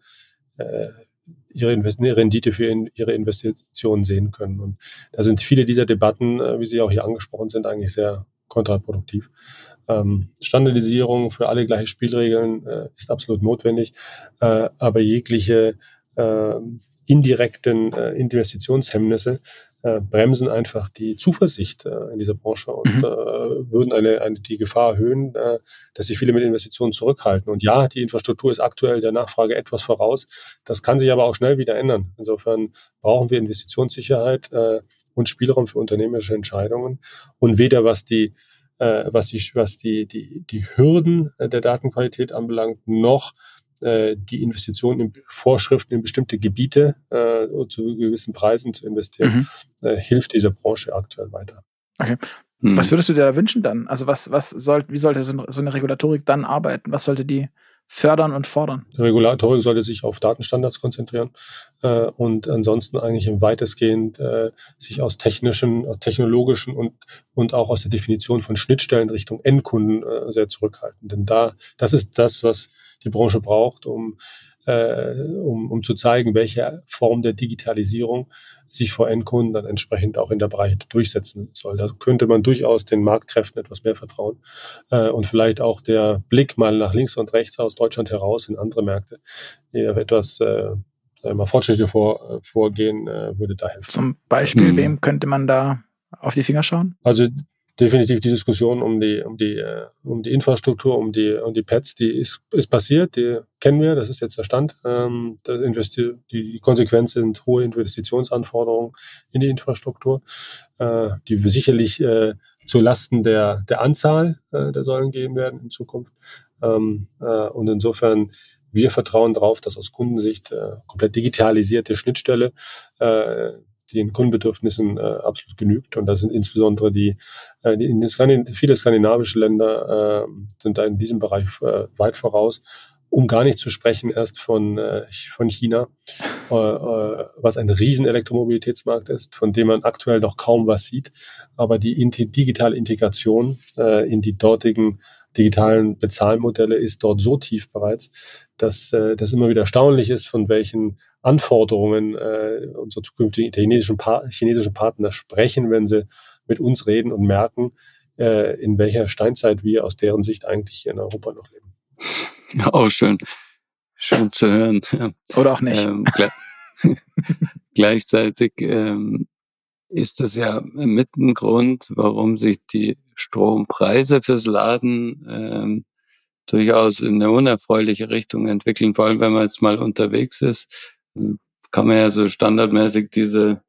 ihre Invest- Rendite für in, ihre Investitionen sehen können. Und da sind viele dieser Debatten, äh, wie sie auch hier angesprochen sind, eigentlich sehr kontraproduktiv. Ähm, Standardisierung für alle gleiche Spielregeln äh, ist absolut notwendig, äh, aber jegliche äh, indirekten äh, Investitionshemmnisse äh, bremsen einfach die Zuversicht äh, in dieser Branche und Mhm. äh, würden eine, eine, die Gefahr erhöhen, äh, dass sich viele mit Investitionen zurückhalten. Und ja, die Infrastruktur ist aktuell der Nachfrage etwas voraus. Das kann sich aber auch schnell wieder ändern. Insofern brauchen wir Investitionssicherheit äh, und Spielraum für unternehmerische Entscheidungen. Und weder was die äh, was die was die die die Hürden der Datenqualität anbelangt, noch äh, die Investitionen in Vorschriften in bestimmte Gebiete äh, zu gewissen Preisen zu investieren, mhm. äh, hilft dieser Branche aktuell weiter. Okay. Mhm. Was würdest du dir da wünschen dann? Also was was soll wie sollte so eine Regulatorik dann arbeiten? Was sollte die fördern und fordern? Die Regulatorik sollte sich auf Datenstandards konzentrieren äh, und ansonsten eigentlich im weitestgehend äh, sich aus technischen, technologischen und und auch aus der Definition von Schnittstellen Richtung Endkunden äh, sehr zurückhalten. Denn da das ist das, was die Branche braucht, um äh, um, um zu zeigen, welche Form der Digitalisierung sich vor Endkunden dann entsprechend auch in der Breite durchsetzen soll. Da könnte man durchaus den Marktkräften etwas mehr vertrauen äh, und vielleicht auch der Blick mal nach links und rechts aus Deutschland heraus in andere Märkte, die etwas äh, mal fortschrittlicher vor, vorgehen, äh, würde da helfen. Zum Beispiel, hm. wem könnte man da auf die Finger schauen? Also definitiv die Diskussion um die um die äh, um die Infrastruktur, um die um die Pads, die ist ist passiert, die kennen wir, das ist jetzt der Stand. Ähm, das Investi- die, die Konsequenz sind hohe Investitionsanforderungen in die Infrastruktur, äh, die sicherlich äh, zu Lasten der der Anzahl äh, der Säulen gehen werden in Zukunft. Ähm, äh, und insofern wir vertrauen darauf, dass aus Kundensicht äh, komplett digitalisierte Schnittstelle äh, den Kundenbedürfnissen äh, absolut genügt. Und das sind insbesondere die, äh, die in den Skandin- viele skandinavische Länder äh, sind da in diesem Bereich äh, weit voraus, um gar nicht zu sprechen erst von, äh, von China, äh, äh, was ein riesen Elektromobilitätsmarkt ist, von dem man aktuell noch kaum was sieht. Aber die in- digitale Integration äh, in die dortigen digitalen Bezahlmodelle ist dort so tief bereits, dass äh, das immer wieder erstaunlich ist, von welchen Anforderungen äh, unsere zukünftigen chinesischen, pa- chinesischen Partner sprechen, wenn sie mit uns reden und merken, äh, in welcher Steinzeit wir aus deren Sicht eigentlich hier in Europa noch leben. Ja, auch schön. Schön zu hören. Oder auch nicht. Ähm, gle- gleichzeitig ähm, ist das ja mit ein Grund, warum sich die Strompreise fürs Laden ähm, durchaus in eine unerfreuliche Richtung entwickeln. Vor allem, wenn man jetzt mal unterwegs ist, kann man ja so standardmäßig diese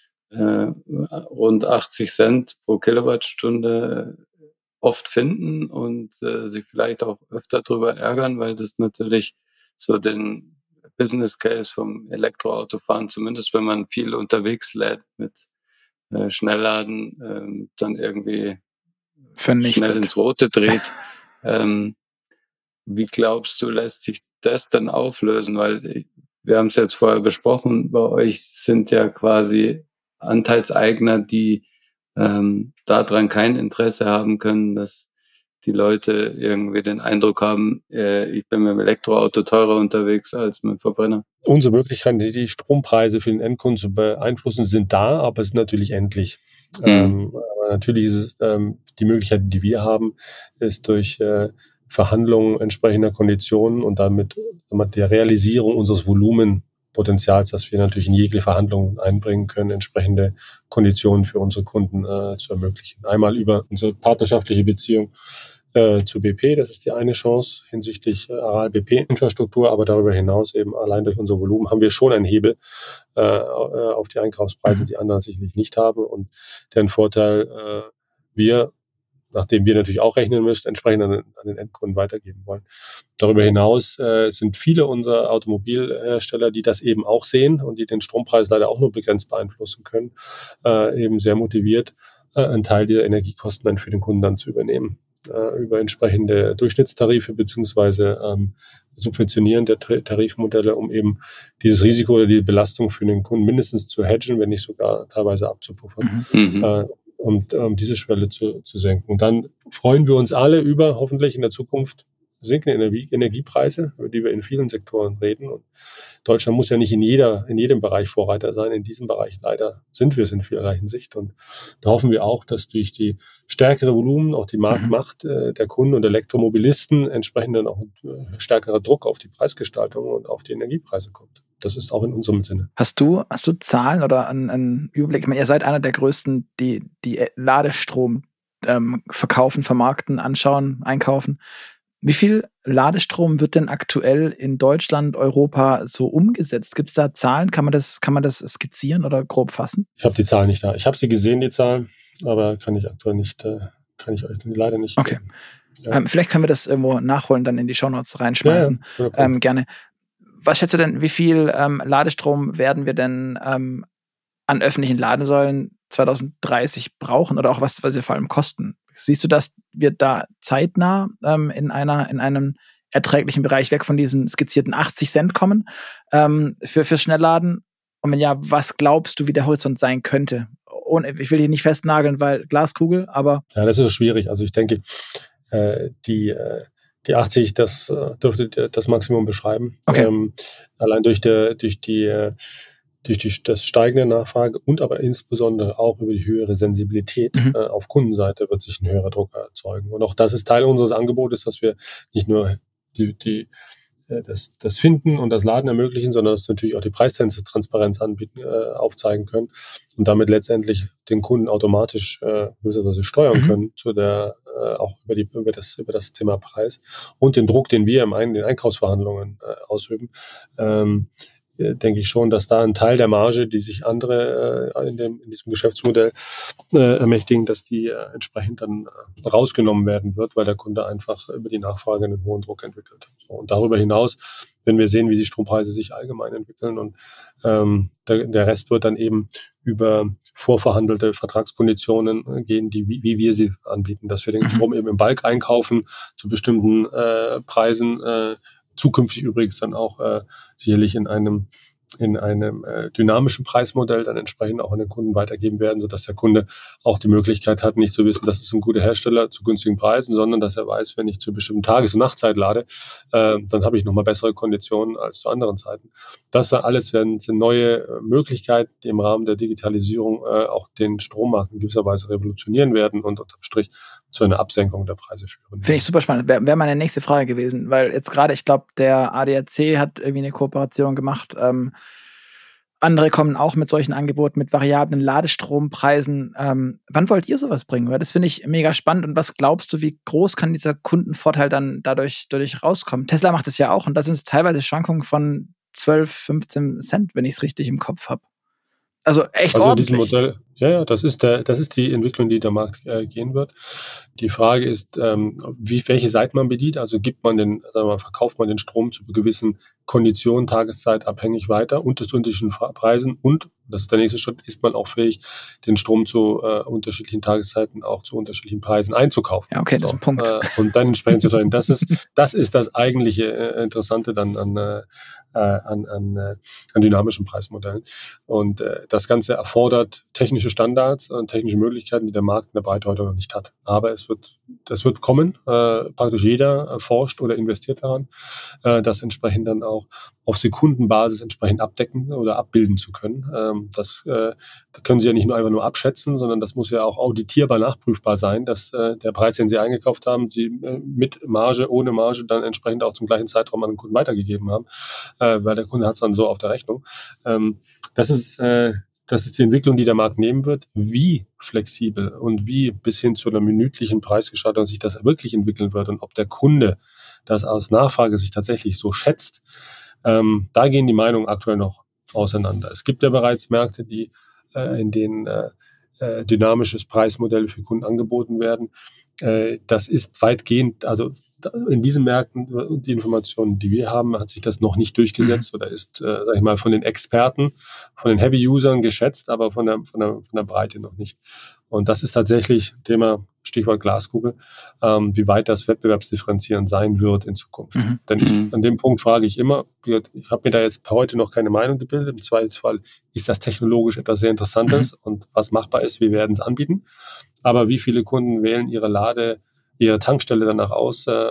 äh, rund achtzig Cent pro Kilowattstunde oft finden und äh, sich vielleicht auch öfter drüber ärgern, weil das natürlich so den Business Case vom Elektroautofahren, zumindest wenn man viel unterwegs lädt mit äh, Schnellladen, ähm, dann irgendwie vernichtet. Schnell ins Rote dreht. ähm, wie glaubst du, lässt sich das dann auflösen? Weil wir haben es jetzt vorher besprochen, bei euch sind ja quasi Anteilseigner, die ähm, daran kein Interesse haben können, dass die Leute irgendwie den Eindruck haben, äh, ich bin mit dem Elektroauto teurer unterwegs als mit dem Verbrenner. Unsere Möglichkeiten, die Strompreise für den Endkunden zu beeinflussen, sind da, aber es sind natürlich endlich. Mhm. Ähm, aber natürlich ist es, ähm, die Möglichkeit, die wir haben, ist durch äh, Verhandlungen entsprechender Konditionen und damit mit der Realisierung unseres Volumenpotenzials, das wir natürlich in jegliche Verhandlungen einbringen können, entsprechende Konditionen für unsere Kunden äh, zu ermöglichen. Einmal über unsere partnerschaftliche Beziehung äh, zu B P, das ist die eine Chance hinsichtlich äh, Aral-B P-Infrastruktur, aber darüber hinaus eben allein durch unser Volumen haben wir schon einen Hebel äh, auf die Einkaufspreise, die anderen sicherlich nicht haben und deren Vorteil äh, wir, nachdem wir natürlich auch rechnen müssen, entsprechend an, an den Endkunden weitergeben wollen. Darüber hinaus äh, sind viele unserer Automobilhersteller, die das eben auch sehen und die den Strompreis leider auch nur begrenzt beeinflussen können, äh, eben sehr motiviert, äh, einen Teil dieser Energiekosten dann für den Kunden dann zu übernehmen. äh, über entsprechende Durchschnittstarife beziehungsweise ähm, subventionierende Tarifmodelle, um eben dieses Risiko oder die Belastung für den Kunden mindestens zu hedgen, wenn nicht sogar teilweise abzupuffern, Mhm. äh, um, um diese Schwelle zu, zu senken. Und dann freuen wir uns alle über hoffentlich in der Zukunft sinkende Energie, Energiepreise, über die wir in vielen Sektoren reden. Und Deutschland muss ja nicht in jeder, in jedem Bereich Vorreiter sein. In diesem Bereich leider sind wir es in vielerlei Hinsicht. Und da hoffen wir auch, dass durch die stärkere Volumen auch die Marktmacht äh, der Kunden und Elektromobilisten entsprechend dann auch ein äh, stärkerer Druck auf die Preisgestaltung und auf die Energiepreise kommt. Das ist auch in unserem Sinne. Hast du, hast du Zahlen oder einen, einen Überblick? Ich meine, ihr seid einer der größten, die, die Ladestrom ähm, verkaufen, vermarkten, anschauen, einkaufen. Wie viel Ladestrom wird denn aktuell in Deutschland, Europa so umgesetzt? Gibt es da Zahlen? Kann man das, kann man das skizzieren oder grob fassen? Ich habe die Zahlen nicht da. Ich habe sie gesehen, die Zahlen, aber kann ich aktuell nicht, äh, kann ich euch leider nicht. Okay. Ja. Ähm, vielleicht können wir das irgendwo nachholen, dann in die Shownotes reinschmeißen. Ja, ja. Ähm, gerne. Was schätzt du denn, wie viel ähm, Ladestrom werden wir denn ähm, an öffentlichen Ladesäulen zwanzig dreißig brauchen oder auch was, was sie vor allem kosten? Siehst du, dass wir da zeitnah ähm, in einer in einem erträglichen Bereich weg von diesen skizzierten achtzig Cent kommen ähm, für fürs Schnellladen? Und wenn ja, was glaubst du, wie der Horizont sein könnte? Und ich will hier nicht festnageln, weil Glaskugel, aber ja, das ist schwierig. Also ich denke, äh, die äh, die achtzig, das äh, dürfte das Maximum beschreiben. Okay. Ähm, allein durch der durch die äh, durch die, das steigende Nachfrage und aber insbesondere auch über die höhere Sensibilität mhm. äh, auf Kundenseite wird sich ein höherer Druck erzeugen. Und auch das ist Teil unseres Angebotes, dass wir nicht nur die, die, äh, das, das Finden und das Laden ermöglichen, sondern dass wir natürlich auch die Preistransparenz anbieten, äh, aufzeigen können und damit letztendlich den Kunden automatisch äh, gewisserweise steuern mhm. können zu der äh, auch über die über das über das Thema Preis und den Druck, den wir im Ein- den Einkaufsverhandlungen äh, ausüben. Ähm, denke ich schon, dass da ein Teil der Marge, die sich andere äh, in, dem, in diesem Geschäftsmodell äh, ermächtigen, dass die äh, entsprechend dann äh, rausgenommen werden wird, weil der Kunde einfach über die Nachfrage einen hohen Druck entwickelt. So, und darüber hinaus, wenn wir sehen, wie die Strompreise sich allgemein entwickeln und ähm, der, der Rest wird dann eben über vorverhandelte Vertragskonditionen äh, gehen, die wie, wie wir sie anbieten, dass wir den Strom eben im Bulk einkaufen zu bestimmten äh, Preisen, äh, zukünftig übrigens dann auch äh, sicherlich in einem in einem äh, dynamischen Preismodell dann entsprechend auch an den Kunden weitergeben werden, sodass der Kunde auch die Möglichkeit hat, nicht zu wissen, das ist ein guter Hersteller zu günstigen Preisen, sondern dass er weiß, wenn ich zu bestimmten Tages- und Nachtzeit lade, äh, dann habe ich nochmal bessere Konditionen als zu anderen Zeiten. Das alles werden, sind neue Möglichkeiten, die im Rahmen der Digitalisierung äh, auch den Strommarkt in gewisser Weise revolutionieren werden und unterm Strich zu einer Absenkung der Preise führen. Finde ich super spannend. Wäre wär meine nächste Frage gewesen, weil jetzt gerade, ich glaube, der A D A C hat irgendwie eine Kooperation gemacht. Ähm, andere kommen auch mit solchen Angeboten, mit variablen Ladestrompreisen. Ähm, wann wollt ihr sowas bringen? Weil das finde ich mega spannend. Und was glaubst du, wie groß kann dieser Kundenvorteil dann dadurch, dadurch rauskommen? Tesla macht es ja auch und da sind es teilweise Schwankungen von zwölf, fünfzehn Cent, wenn ich es richtig im Kopf habe. Also echt also ordentlich. Diesem Modell, ja, ja, das ist der, das ist die Entwicklung, die der Markt äh, gehen wird. Die Frage ist, ähm, wie, welche Seite man bedient. Also gibt man den, sagen wir mal, verkauft man den Strom zu gewissen Konditionen, Tageszeit abhängig weiter und zu unterschiedlichen Preisen und, das ist der nächste Schritt, ist man auch fähig, den Strom zu äh, unterschiedlichen Tageszeiten auch zu unterschiedlichen Preisen einzukaufen. Ja, okay, das so, ist ein Punkt. Äh, und dann entsprechend zu teilen. Das ist, das ist das eigentliche äh, Interessante dann an, äh, an, an, äh, an dynamischen Preismodellen. Und äh, das Ganze erfordert technische Standards und technische Möglichkeiten, die der Markt in der Breite heute noch nicht hat. Aber es wird, das wird kommen. Äh, praktisch jeder äh, forscht oder investiert daran, äh, das entsprechend dann auch auf Sekundenbasis entsprechend abdecken oder abbilden zu können. Ähm, das äh, können Sie ja nicht nur einfach nur abschätzen, sondern das muss ja auch auditierbar nachprüfbar sein, dass äh, der Preis, den Sie eingekauft haben, Sie äh, mit Marge, ohne Marge dann entsprechend auch zum gleichen Zeitraum an den Kunden weitergegeben haben, äh, weil der Kunde hat es dann so auf der Rechnung. Ähm, das ist äh, Das ist die Entwicklung, die der Markt nehmen wird. Wie flexibel und wie bis hin zu einer minütlichen Preisgestaltung sich das wirklich entwickeln wird und ob der Kunde das aus Nachfrage sich tatsächlich so schätzt, ähm, da gehen die Meinungen aktuell noch auseinander. Es gibt ja bereits Märkte, die äh, in denen äh, äh, dynamisches Preismodell für Kunden angeboten werden. Äh, das ist weitgehend, also in diesen Märkten, die Informationen, die wir haben, hat sich das noch nicht durchgesetzt oder ist, äh, sag ich mal, von den Experten, von den Heavy-Usern geschätzt, aber von der, von der, von der Breite noch nicht. Und das ist tatsächlich Thema Stichwort Glaskugel, ähm, wie weit das wettbewerbsdifferenzierend sein wird in Zukunft. Mhm. Denn ich, an dem Punkt frage ich immer, ich habe mir da jetzt heute noch keine Meinung gebildet, im Zweifelsfall ist das technologisch etwas sehr Interessantes mhm. und was machbar ist, wir werden es anbieten. Aber wie viele Kunden wählen ihre Lade, ihre Tankstelle danach aus, äh,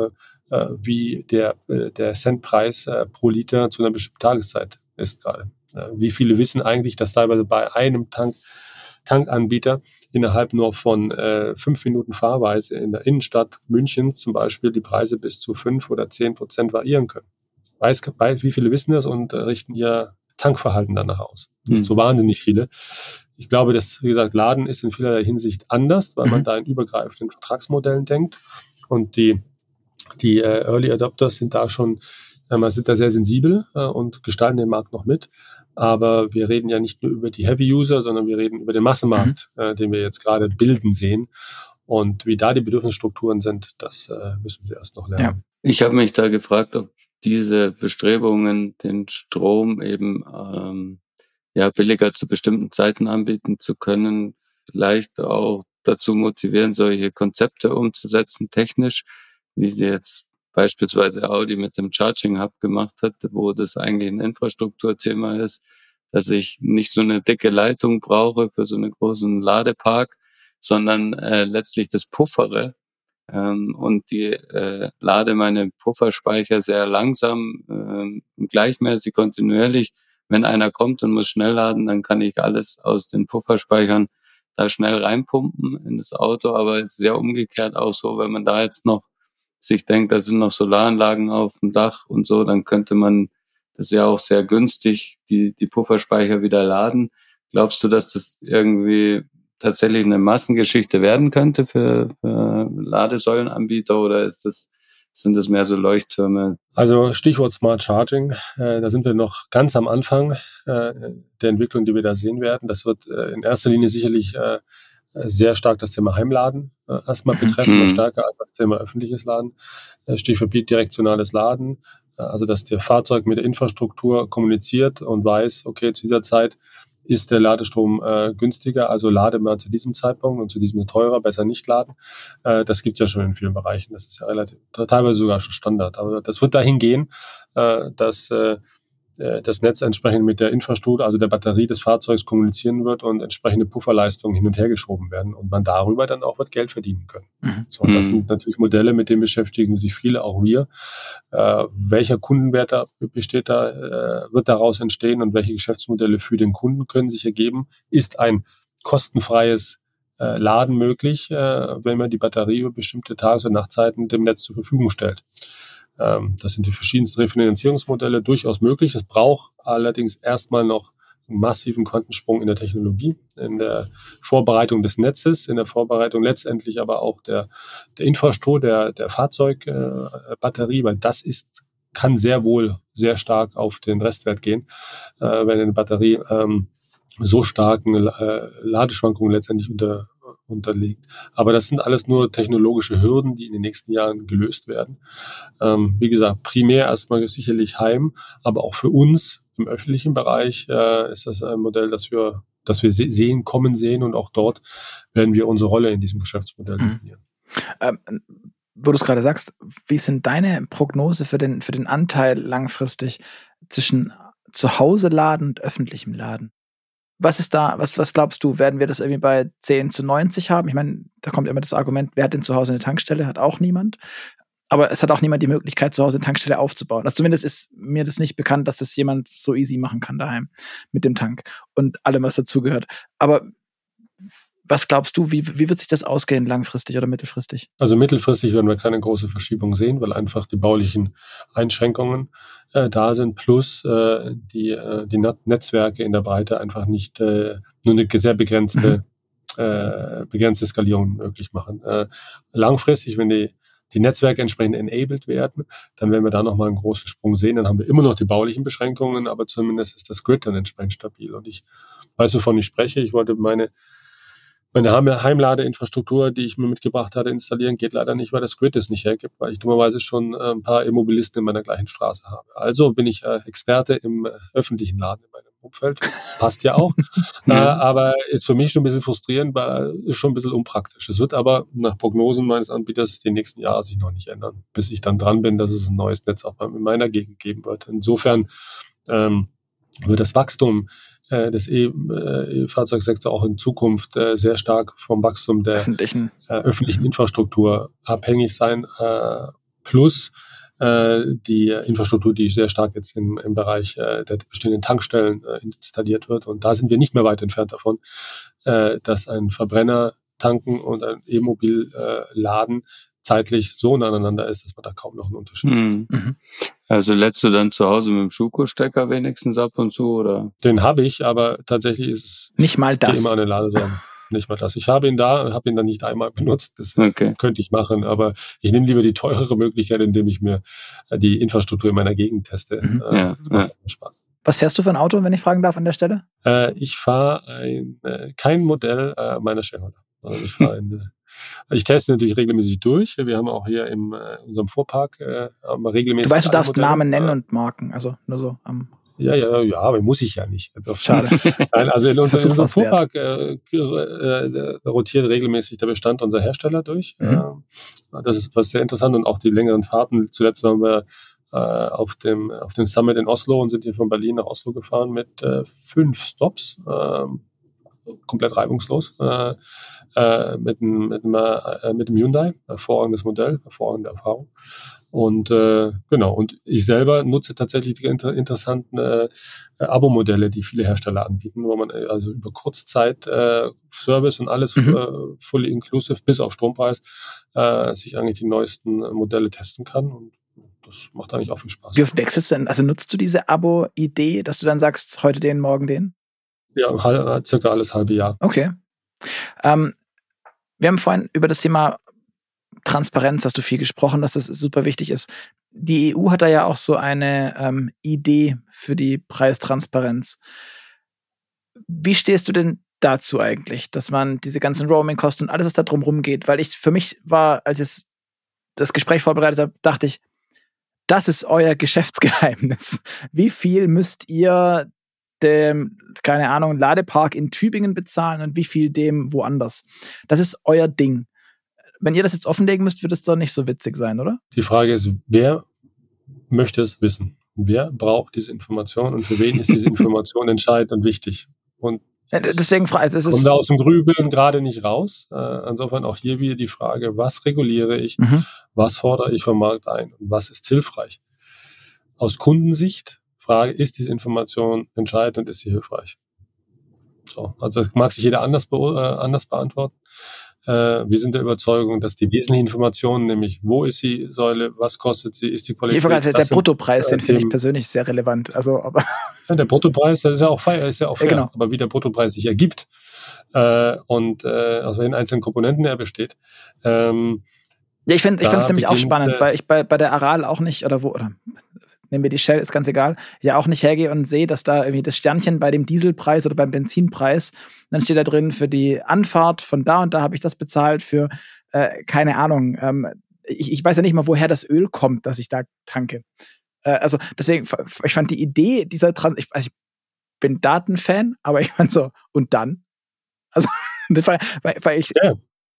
äh, wie der, äh, der Centpreis äh, pro Liter zu einer bestimmten Tageszeit ist gerade. Äh, wie viele wissen eigentlich, dass teilweise bei einem Tank Tankanbieter innerhalb nur von äh, fünf Minuten Fahrweise in der Innenstadt München zum Beispiel die Preise bis zu fünf oder zehn Prozent variieren können. Weiß, weiß, wie viele wissen das und äh, richten ihr Tankverhalten danach aus? Nicht mhm. so wahnsinnig viele. Ich glaube, dass, wie gesagt, Laden ist in vielerlei Hinsicht anders, weil mhm. man da in übergreifenden Vertragsmodellen denkt und die, die äh, Early Adopters sind da schon, äh, sind da sehr sensibel äh, und gestalten den Markt noch mit. Aber wir reden ja nicht nur über die Heavy-User, sondern wir reden über den Massenmarkt, mhm. äh, den wir jetzt gerade bilden sehen. Und wie da die Bedürfnisstrukturen sind, das äh, müssen wir erst noch lernen. Ja. Ich habe mich da gefragt, ob diese Bestrebungen, den Strom eben ähm, ja billiger zu bestimmten Zeiten anbieten zu können, vielleicht auch dazu motivieren, solche Konzepte umzusetzen, technisch, wie sie jetzt beispielsweise Audi mit dem Charging Hub gemacht hat, wo das eigentlich ein Infrastrukturthema ist, dass ich nicht so eine dicke Leitung brauche für so einen großen Ladepark, sondern äh, letztlich das puffere ähm, und die äh, lade meine Pufferspeicher sehr langsam, äh, gleichmäßig, kontinuierlich. Wenn einer kommt und muss schnell laden, dann kann ich alles aus den Pufferspeichern da schnell reinpumpen in das Auto, aber es ist sehr umgekehrt auch so, wenn man da jetzt noch sich denkt, da sind noch Solaranlagen auf dem Dach und so, dann könnte man das ja auch sehr günstig, die, die Pufferspeicher wieder laden. Glaubst du, dass das irgendwie tatsächlich eine Massengeschichte werden könnte für, für Ladesäulenanbieter oder ist das, sind das mehr so Leuchttürme? Also Stichwort Smart Charging, äh, da sind wir noch ganz am Anfang äh, der Entwicklung, die wir da sehen werden. Das wird äh, in erster Linie sicherlich äh, sehr stark das Thema Heimladen äh, erstmal betreffen mhm. und stärker als das Thema öffentliches Laden. Äh, Stichwort bidirektionales Laden, äh, also dass der Fahrzeug mit der Infrastruktur kommuniziert und weiß, okay, zu dieser Zeit ist der Ladestrom äh, günstiger, also lade mal zu diesem Zeitpunkt und zu diesem teurer, besser nicht laden. Äh, das gibt es ja schon in vielen Bereichen, das ist ja relativ, teilweise sogar schon Standard. Aber das wird dahin gehen, äh, dass äh, das Netz entsprechend mit der Infrastruktur, also der Batterie des Fahrzeugs kommunizieren wird und entsprechende Pufferleistungen hin und her geschoben werden und man darüber dann auch wird Geld verdienen können. Mhm. So, und das sind natürlich Modelle, mit denen beschäftigen sich viele, auch wir. Äh, welcher Kundenwert da besteht da, äh, wird daraus entstehen und welche Geschäftsmodelle für den Kunden können sich ergeben? Ist ein kostenfreies äh, Laden möglich, äh, wenn man die Batterie über bestimmte Tages- und Nachtzeiten dem Netz zur Verfügung stellt? Das sind die verschiedensten Refinanzierungsmodelle durchaus möglich. Es braucht allerdings erstmal noch einen massiven Quantensprung in der Technologie, in der Vorbereitung des Netzes, in der Vorbereitung letztendlich aber auch der, der Infrastruktur, der, der Fahrzeugbatterie, weil das ist, kann sehr wohl sehr stark auf den Restwert gehen, äh, wenn eine Batterie ähm, so starken äh, Ladeschwankungen letztendlich unter unterliegt. Aber das sind alles nur technologische Hürden, die in den nächsten Jahren gelöst werden. Ähm, wie gesagt, primär erstmal sicherlich Heim, aber auch für uns im öffentlichen Bereich äh, ist das ein Modell, das wir, das wir se- sehen, kommen sehen und auch dort werden wir unsere Rolle in diesem Geschäftsmodell definieren. Mhm. Ähm, wo du es gerade sagst, wie sind deine Prognose für den, für den Anteil langfristig zwischen zu Hause Laden und öffentlichem Laden? Was ist da, was, was glaubst du, werden wir das irgendwie bei zehn zu neunzig haben? Ich meine, da kommt immer das Argument, wer hat denn zu Hause eine Tankstelle? Hat auch niemand. Aber es hat auch niemand die Möglichkeit, zu Hause eine Tankstelle aufzubauen. Also zumindest ist mir das nicht bekannt, dass das jemand so easy machen kann daheim mit dem Tank und allem, was dazugehört. Aber was glaubst du, wie, wie wird sich das ausgehen, langfristig oder mittelfristig? Also mittelfristig werden wir keine große Verschiebung sehen, weil einfach die baulichen Einschränkungen äh, da sind, plus äh, die, äh, die Netzwerke in der Breite einfach nicht äh, nur eine sehr begrenzte, mhm. äh, begrenzte Skalierung möglich machen. Äh, langfristig, wenn die die Netzwerke entsprechend enabled werden, dann werden wir da nochmal einen großen Sprung sehen. Dann haben wir immer noch die baulichen Beschränkungen, aber zumindest ist das Grid dann entsprechend stabil. Und ich weiß, wovon ich spreche. Ich wollte meine Meine Heimladeinfrastruktur, die ich mir mitgebracht hatte, installieren, geht leider nicht, weil das Grid es nicht hergibt, weil ich dummerweise schon äh, ein paar Immobilisten in meiner gleichen Straße habe. Also bin ich äh, Experte im äh, öffentlichen Laden in meinem Umfeld. Passt ja auch. äh, aber ist für mich schon ein bisschen frustrierend, weil ist schon ein bisschen unpraktisch. Es wird aber nach Prognosen meines Anbieters die nächsten Jahre sich noch nicht ändern, bis ich dann dran bin, dass es ein neues Netz auch in meiner Gegend geben wird. Insofern ähm, wird das Wachstum äh, des E- äh, E-Fahrzeugsektors auch in Zukunft äh, sehr stark vom Wachstum der öffentlichen, äh, öffentlichen Infrastruktur abhängig sein, äh, plus äh, die Infrastruktur, die sehr stark jetzt im, im Bereich äh, der bestehenden Tankstellen äh, installiert wird. Und da sind wir nicht mehr weit entfernt davon, äh, dass ein Verbrenner tanken und ein E-Mobil äh, laden zeitlich so nacheinander ist, dass man da kaum noch einen Unterschied Mhm. sieht. Mhm. Also lädst du dann zu Hause mit dem Schuko-Stecker wenigstens ab und zu, oder? Den habe ich, aber tatsächlich ist es nicht mal gehe das. immer an den Ladesäulen. Nicht mal das. Ich habe ihn da, habe ihn dann nicht einmal benutzt. Das Okay. könnte ich machen, aber ich nehme lieber die teurere Möglichkeit, indem ich mir äh, die Infrastruktur in meiner Gegend teste. Mhm. Äh, Ja, das macht ja. auch Spaß. Was fährst du für ein Auto, wenn ich fragen darf an der Stelle? Äh, ich fahre ein, äh, kein Modell äh, meiner Shareholder. Also ich fahre ein, äh, ich teste natürlich regelmäßig durch. Wir haben auch hier im äh, unserem Fuhrpark äh, haben wir regelmäßig. Du weißt, du darfst Modelle. Namen nennen äh, und Marken, also nur so am. Ja, ja, ja, aber muss ich ja nicht. Also, Schade. Nein, also in, unser, in Versuch unserem was wert. Fuhrpark äh, äh, rotiert regelmäßig der Bestand unserer Hersteller durch. Mhm. Äh, das ist was sehr interessant und auch die längeren Fahrten. Zuletzt waren wir äh, auf dem auf dem Summit in Oslo und sind hier von Berlin nach Oslo gefahren mit äh, fünf Stops, äh, komplett reibungslos. Äh, äh, mit einem mit einem, äh, mit einem Hyundai, hervorragendes Modell, hervorragende Erfahrung. Und äh, genau, und ich selber nutze tatsächlich die inter- interessanten äh, Abo-Modelle, die viele Hersteller anbieten, wo man äh, also über Kurzzeit äh, Service und alles Mhm. äh, fully inclusive bis auf Strompreis äh, sich eigentlich die neuesten Modelle testen kann. Und das macht eigentlich auch viel Spaß. Wie oft wechselst du denn? Also nutzt du diese Abo-Idee, dass du dann sagst, heute den, morgen den? Ja, halb, circa alles halbe Jahr. Okay. Ähm, wir haben vorhin über das Thema Transparenz, hast du viel gesprochen, dass das super wichtig ist. Die E U hat da ja auch so eine ähm, Idee für die Preistransparenz. Wie stehst du denn dazu eigentlich, dass man diese ganzen Roaming-Kosten und alles, was da drum rumgeht? Weil ich, für mich war, als ich das Gespräch vorbereitet habe, dachte ich, das ist euer Geschäftsgeheimnis. Wie viel müsst ihr dem, keine Ahnung, Ladepark in Tübingen bezahlen und wie viel dem woanders? Das ist euer Ding. Wenn ihr das jetzt offenlegen müsst, wird es doch nicht so witzig sein, oder? Die Frage ist, wer möchte es wissen? Wer braucht diese Information und für wen ist diese Information entscheidend und wichtig? Und deswegen frage ich, das ist kommt da aus dem Grübeln gerade nicht raus. Äh, insofern auch hier wieder die Frage, was reguliere ich, mhm. was fordere ich vom Markt ein und was ist hilfreich? Aus Kundensicht, Frage, ist diese Information entscheidend und ist sie hilfreich? So, also das mag sich jeder anders, be- äh, anders beantworten. Äh, wir sind der Überzeugung, dass die wesentlichen Informationen, nämlich wo ist die Säule, was kostet sie, ist die Qualität. Die Frage, der sind, Bruttopreis, äh, den finde ich Themen. persönlich sehr relevant. Also, aber Ja, der Bruttopreis, das ist ja auch fair, ist ja auch fair. Ja, genau. Aber wie der Bruttopreis sich ergibt äh, und äh, aus welchen einzelnen Komponenten er besteht. Ähm, ja, ich finde ich da finde es nämlich auch beginnt, spannend, äh, weil ich bei, bei der Aral auch nicht, oder wo, oder nehmen wir die Shell, ist ganz egal, ja auch nicht hergehe und sehe, dass da irgendwie das Sternchen bei dem Dieselpreis oder beim Benzinpreis, dann steht da drin, für die Anfahrt von da und da habe ich das bezahlt, für, äh, keine Ahnung, ähm, ich, ich weiß ja nicht mal, woher das Öl kommt, das ich da tanke. Äh, also deswegen, ich fand die Idee dieser Trans, ich, also ich bin Datenfan, aber ich fand so, und dann? Also, weil, weil, weil ich, ja.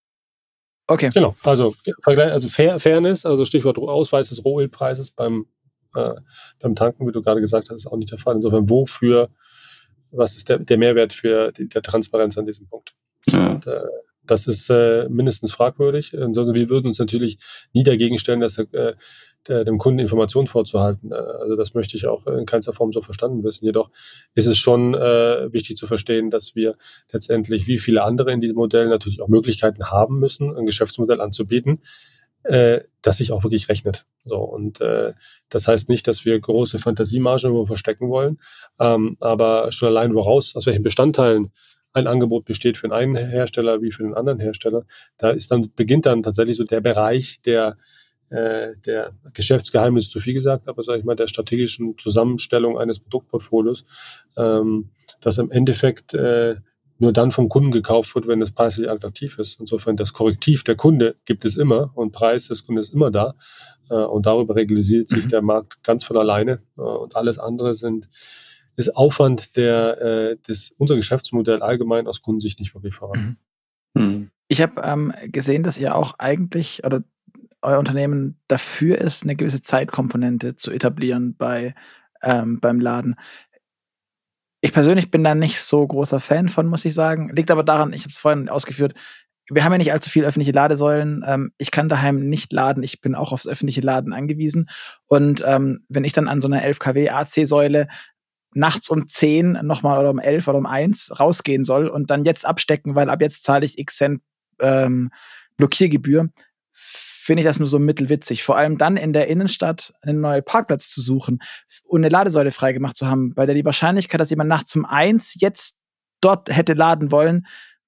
Okay. Genau, also Vergleich, also Fair, Fairness, also Stichwort Ausweis des Rohölpreises beim, äh, beim Tanken, wie du gerade gesagt hast, ist auch nicht der Fall. Insofern, wofür, was ist der, der Mehrwert für die, der Transparenz an diesem Punkt? Ja. Und, äh, das ist äh, mindestens fragwürdig. Sondern wir würden uns natürlich nie dagegen stellen, dass äh, der, dem Kunden Informationen vorzuhalten. Also das möchte ich auch in keinster Form so verstanden wissen. Jedoch ist es schon äh, wichtig zu verstehen, dass wir letztendlich, wie viele andere in diesem Modell, natürlich auch Möglichkeiten haben müssen, ein Geschäftsmodell anzubieten, äh, das sich auch wirklich rechnet. So, und äh, das heißt nicht, dass wir große Fantasiemargen irgendwo verstecken wollen, ähm, aber schon allein woraus, aus welchen Bestandteilen ein Angebot besteht für den einen Hersteller wie für den anderen Hersteller, da ist dann, beginnt dann tatsächlich so der Bereich der, äh, der Geschäftsgeheimnis, zu viel gesagt, aber sage ich mal, der strategischen Zusammenstellung eines Produktportfolios, ähm, das im Endeffekt äh, nur dann vom Kunden gekauft wird, wenn es preislich attraktiv ist. Insofern das Korrektiv der Kunde gibt es immer und Preis des Kunden ist immer da äh, und darüber reguliert sich Mhm. der Markt ganz von alleine äh, und alles andere sind ist Aufwand, der äh, das, unser Geschäftsmodell allgemein aus Kundensicht nicht wirklich voran. Mhm. Ich habe ähm, gesehen, dass ihr auch eigentlich oder euer Unternehmen dafür ist, eine gewisse Zeitkomponente zu etablieren bei ähm, beim Laden. Ich persönlich bin da nicht so großer Fan von, muss ich sagen. Liegt aber daran, ich habe es vorhin ausgeführt, wir haben ja nicht allzu viele öffentliche Ladesäulen. Ähm, ich kann daheim nicht laden. Ich bin auch aufs öffentliche Laden angewiesen. Und ähm, wenn ich dann an so einer elf Kilowatt A C-Säule nachts um zehn nochmal oder um elf oder um eins rausgehen soll und dann jetzt abstecken, weil ab jetzt zahle ich X Cent ähm, Blockiergebühr, finde ich das nur so mittelwitzig. Vor allem dann in der Innenstadt einen neuen Parkplatz zu suchen und eine Ladesäule freigemacht zu haben, bei der die Wahrscheinlichkeit, dass jemand nachts um eins jetzt dort hätte laden wollen,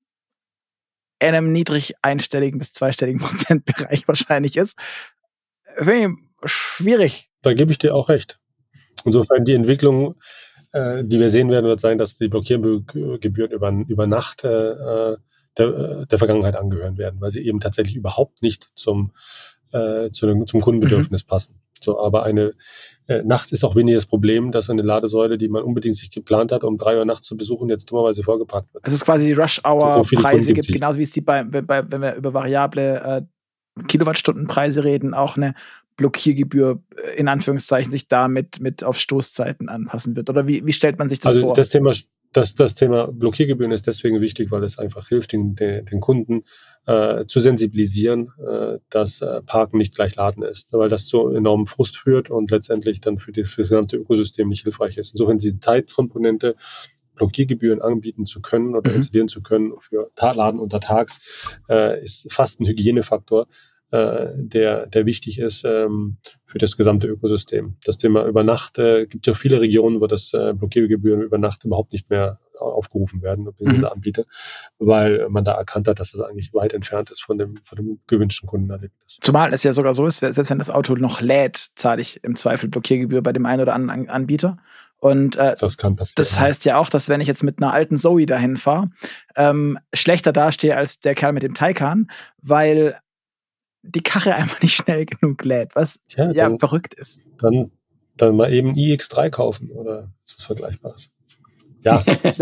in einem niedrig einstelligen bis zweistelligen Prozentbereich wahrscheinlich ist. Finde ich schwierig. Da gebe ich dir auch recht. Insofern die Entwicklung, äh, die wir sehen werden, wird sein, dass die Blockiergebühren über, über Nacht äh, der, der Vergangenheit angehören werden, weil sie eben tatsächlich überhaupt nicht zum, äh, zu dem, zum Kundenbedürfnis mhm. passen. So, aber eine äh, nachts ist auch weniger das Problem, dass eine Ladesäule, die man unbedingt sich geplant hat, um drei Uhr nachts zu besuchen, jetzt dummerweise vorgeparkt wird. Das ist quasi die Rush-Hour-Preise so gibt, gibt genauso wie es die bei, bei, wenn wir über variable äh, Kilowattstundenpreise reden, auch eine Blockiergebühr in Anführungszeichen sich da mit, mit auf Stoßzeiten anpassen wird. Oder wie, wie stellt man sich das also vor? Das Thema, das, das Thema Blockiergebühren ist deswegen wichtig, weil es einfach hilft, den, den, den Kunden äh, zu sensibilisieren, äh, dass äh, Parken nicht gleich Laden ist, weil das zu enormen Frust führt und letztendlich dann für das, für das gesamte Ökosystem nicht hilfreich ist. Insofern diese Zeitkomponente, Blockiergebühren anbieten zu können oder mhm. installieren zu können für Laden untertags, äh, ist fast ein Hygienefaktor, der, der wichtig ist ähm, für das gesamte Ökosystem. Das Thema über Nacht, äh, gibt ja viele Regionen, wo das äh, Blockiergebühren über Nacht überhaupt nicht mehr aufgerufen werden, ob diese mhm. Anbieter, weil man da erkannt hat, dass das eigentlich weit entfernt ist von dem, von dem gewünschten Kundenerlebnis. Zumal es ja sogar so ist, selbst wenn das Auto noch lädt, zahle ich im Zweifel Blockiergebühr bei dem einen oder anderen Anbieter. Und äh, das kann passieren. Das heißt ja auch, dass wenn ich jetzt mit einer alten Zoe dahin fahre, ähm, schlechter dastehe als der Kerl mit dem Taycan, weil die Karre einfach nicht schnell genug lädt, was ja, ja dann, verrückt ist. Dann, dann mal eben i X drei kaufen oder ist das Vergleichbares? Ja.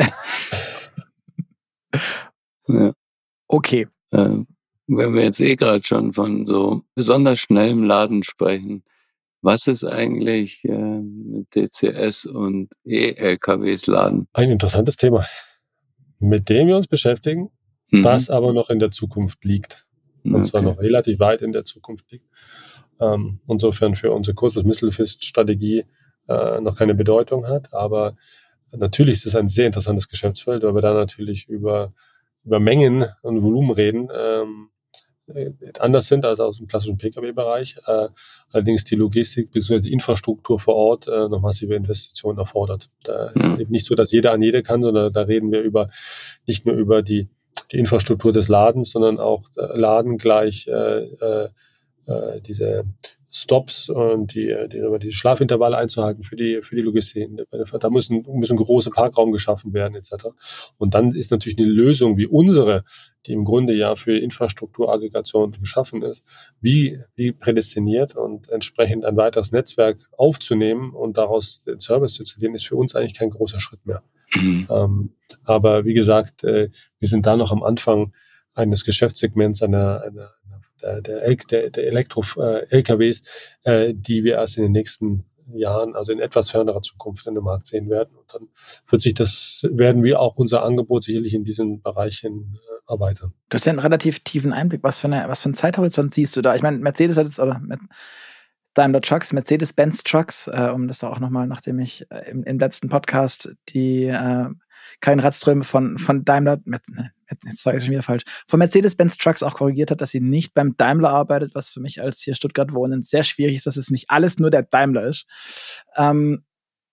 ja. Okay. Ähm, wenn wir jetzt eh gerade schon von so besonders schnellem Laden sprechen, was ist eigentlich äh, mit D C S und E-L K Ws laden? Ein interessantes Thema, mit dem wir uns beschäftigen, mhm. das aber noch in der Zukunft liegt. Und okay. zwar noch relativ weit in der Zukunft liegt. Ähm, insofern für unsere Kurz- bis Mittelfrist-Strategie äh, noch keine Bedeutung hat. Aber natürlich ist es ein sehr interessantes Geschäftsfeld, weil wir da natürlich über, über Mengen und Volumen reden, ähm, anders sind als aus dem klassischen Pkw-Bereich. Äh, allerdings die Logistik bzw. die Infrastruktur vor Ort äh, noch massive Investitionen erfordert. Da ist mhm. eben nicht so, dass jeder an jede kann, sondern da reden wir über nicht nur über die die Infrastruktur des Ladens, sondern auch äh, Laden gleich äh, äh, diese Stops und die, die, die Schlafintervalle einzuhalten für die für die Logistik. Da müssen müssen große Parkraum geschaffen werden et cetera. Und dann ist natürlich eine Lösung wie unsere, die im Grunde ja für Infrastrukturaggregation geschaffen ist, wie wie prädestiniert und entsprechend ein weiteres Netzwerk aufzunehmen und daraus den Service zu zitieren, ist für uns eigentlich kein großer Schritt mehr. Mhm. Ähm, aber wie gesagt, äh, wir sind da noch am Anfang eines Geschäftssegments einer, einer, einer der, der, der Elektro-L K Ws, äh, die wir erst in den nächsten Jahren, also in etwas fernerer Zukunft in dem Markt sehen werden. Und dann wird sich das, werden wir auch unser Angebot sicherlich in diesen Bereichen äh, erweitern. Du hast ja einen relativ tiefen Einblick. Was für eine, was für einen Zeithorizont siehst du da? Ich meine, Mercedes hat jetzt, oder Daimler Trucks, Mercedes-Benz Trucks, äh, um das da auch nochmal, nachdem ich äh, im, im letzten Podcast die äh, Karin Radström von, von Daimler, ne, jetzt war ich schon wieder falsch, von Mercedes-Benz Trucks auch korrigiert hat, dass sie nicht beim Daimler arbeitet, was für mich als hier Stuttgart wohnend sehr schwierig ist, dass es nicht alles nur der Daimler ist. Ähm,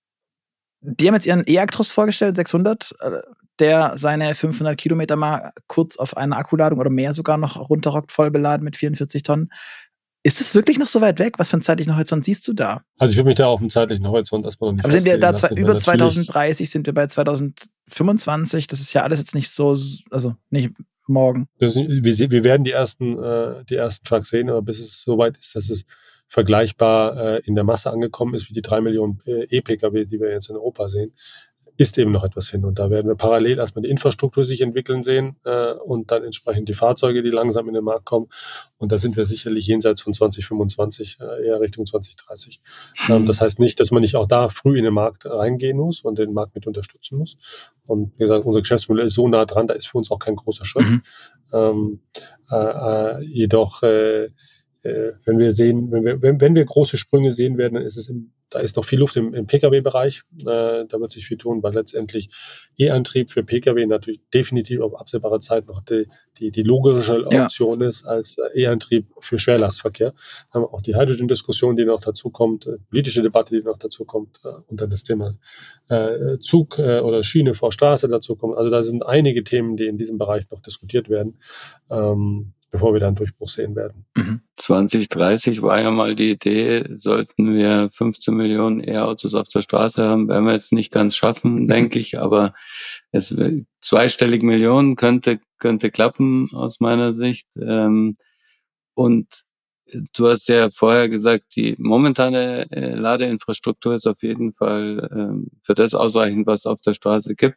die haben jetzt ihren E-Actros vorgestellt, sechshundert, äh, der seine fünfhundert Kilometer mal kurz auf eine Akkuladung oder mehr sogar noch runterrockt, voll beladen mit vierundvierzig Tonnen. Ist es wirklich noch so weit weg? Was für einen zeitlichen Horizont siehst du da? Also ich würde mich da auf dem zeitlichen Horizont erstmal noch nicht. Aber sind wir da zwar über zwanzig dreißig, sind wir bei zwanzig fünfundzwanzig? Das ist ja alles jetzt nicht so, also nicht morgen. Das, wir, wir werden die ersten, äh, die ersten Trucks sehen, aber bis es soweit ist, dass es vergleichbar äh, in der Masse angekommen ist wie die drei Millionen äh, E-Pkw, die wir jetzt in Europa sehen, ist eben noch etwas hin. Und da werden wir parallel erstmal die Infrastruktur sich entwickeln sehen äh, und dann entsprechend die Fahrzeuge, die langsam in den Markt kommen. Und da sind wir sicherlich jenseits von zwanzig fünfundzwanzig, äh, eher Richtung zwanzig dreißig. Mhm. Ähm, das heißt nicht, dass man nicht auch da früh in den Markt reingehen muss und den Markt mit unterstützen muss. Und wie gesagt, unser Geschäftsmodell ist so nah dran, da ist für uns auch kein großer Schritt. Mhm. Ähm, äh, äh, jedoch, äh, äh, wenn wir sehen, wenn wir, wenn, wenn wir große Sprünge sehen werden, dann ist es im Da ist noch viel Luft im, im Pkw-Bereich. Äh, da wird sich viel tun, weil letztendlich E-Antrieb für Pkw natürlich definitiv auf absehbare Zeit noch die, die, die logische Option ja. ist als E-Antrieb für Schwerlastverkehr. Dann haben wir auch die Hydrogen-Diskussion, die noch dazu kommt, äh, politische Debatte, die noch dazu kommt, äh, und dann das Thema äh, Zug äh, oder Schiene vor Straße dazu kommt. Also da sind einige Themen, die in diesem Bereich noch diskutiert werden. Ähm, bevor wir dann Durchbruch sehen werden. Mhm. zwanzig dreißig war ja mal die Idee, sollten wir fünfzehn Millionen E-Autos auf der Straße haben, werden wir jetzt nicht ganz schaffen, mhm. denke ich, aber es zweistellig Millionen könnte könnte klappen aus meiner Sicht. Und du hast ja vorher gesagt, die momentane Ladeinfrastruktur ist auf jeden Fall für das ausreichend, was es auf der Straße gibt.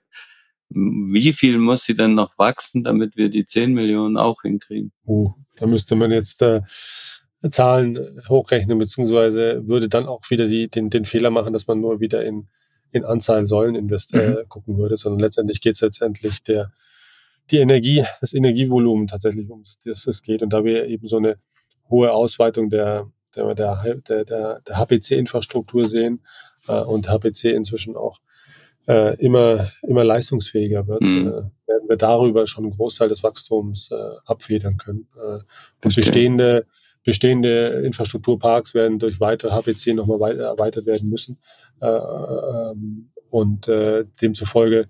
Wie viel muss sie denn noch wachsen, damit wir die zehn Millionen auch hinkriegen? Oh, da müsste man jetzt äh, Zahlen hochrechnen, beziehungsweise würde dann auch wieder die, den, den Fehler machen, dass man nur wieder in, in Anzahl Säulen invest- mhm. äh, gucken würde, sondern letztendlich geht es letztendlich der, die Energie, das Energievolumen tatsächlich, um das es geht. Und da wir eben so eine hohe Ausweitung der, der, der, der, der, der H P C-Infrastruktur sehen äh, und H P C inzwischen auch Äh, immer immer leistungsfähiger wird, mhm. äh, werden wir darüber schon einen Großteil des Wachstums äh, abfedern können. Äh, und bestehende bestehende Infrastrukturparks werden durch weitere H P C nochmal weiter erweitert werden müssen. Äh, ähm, und äh, demzufolge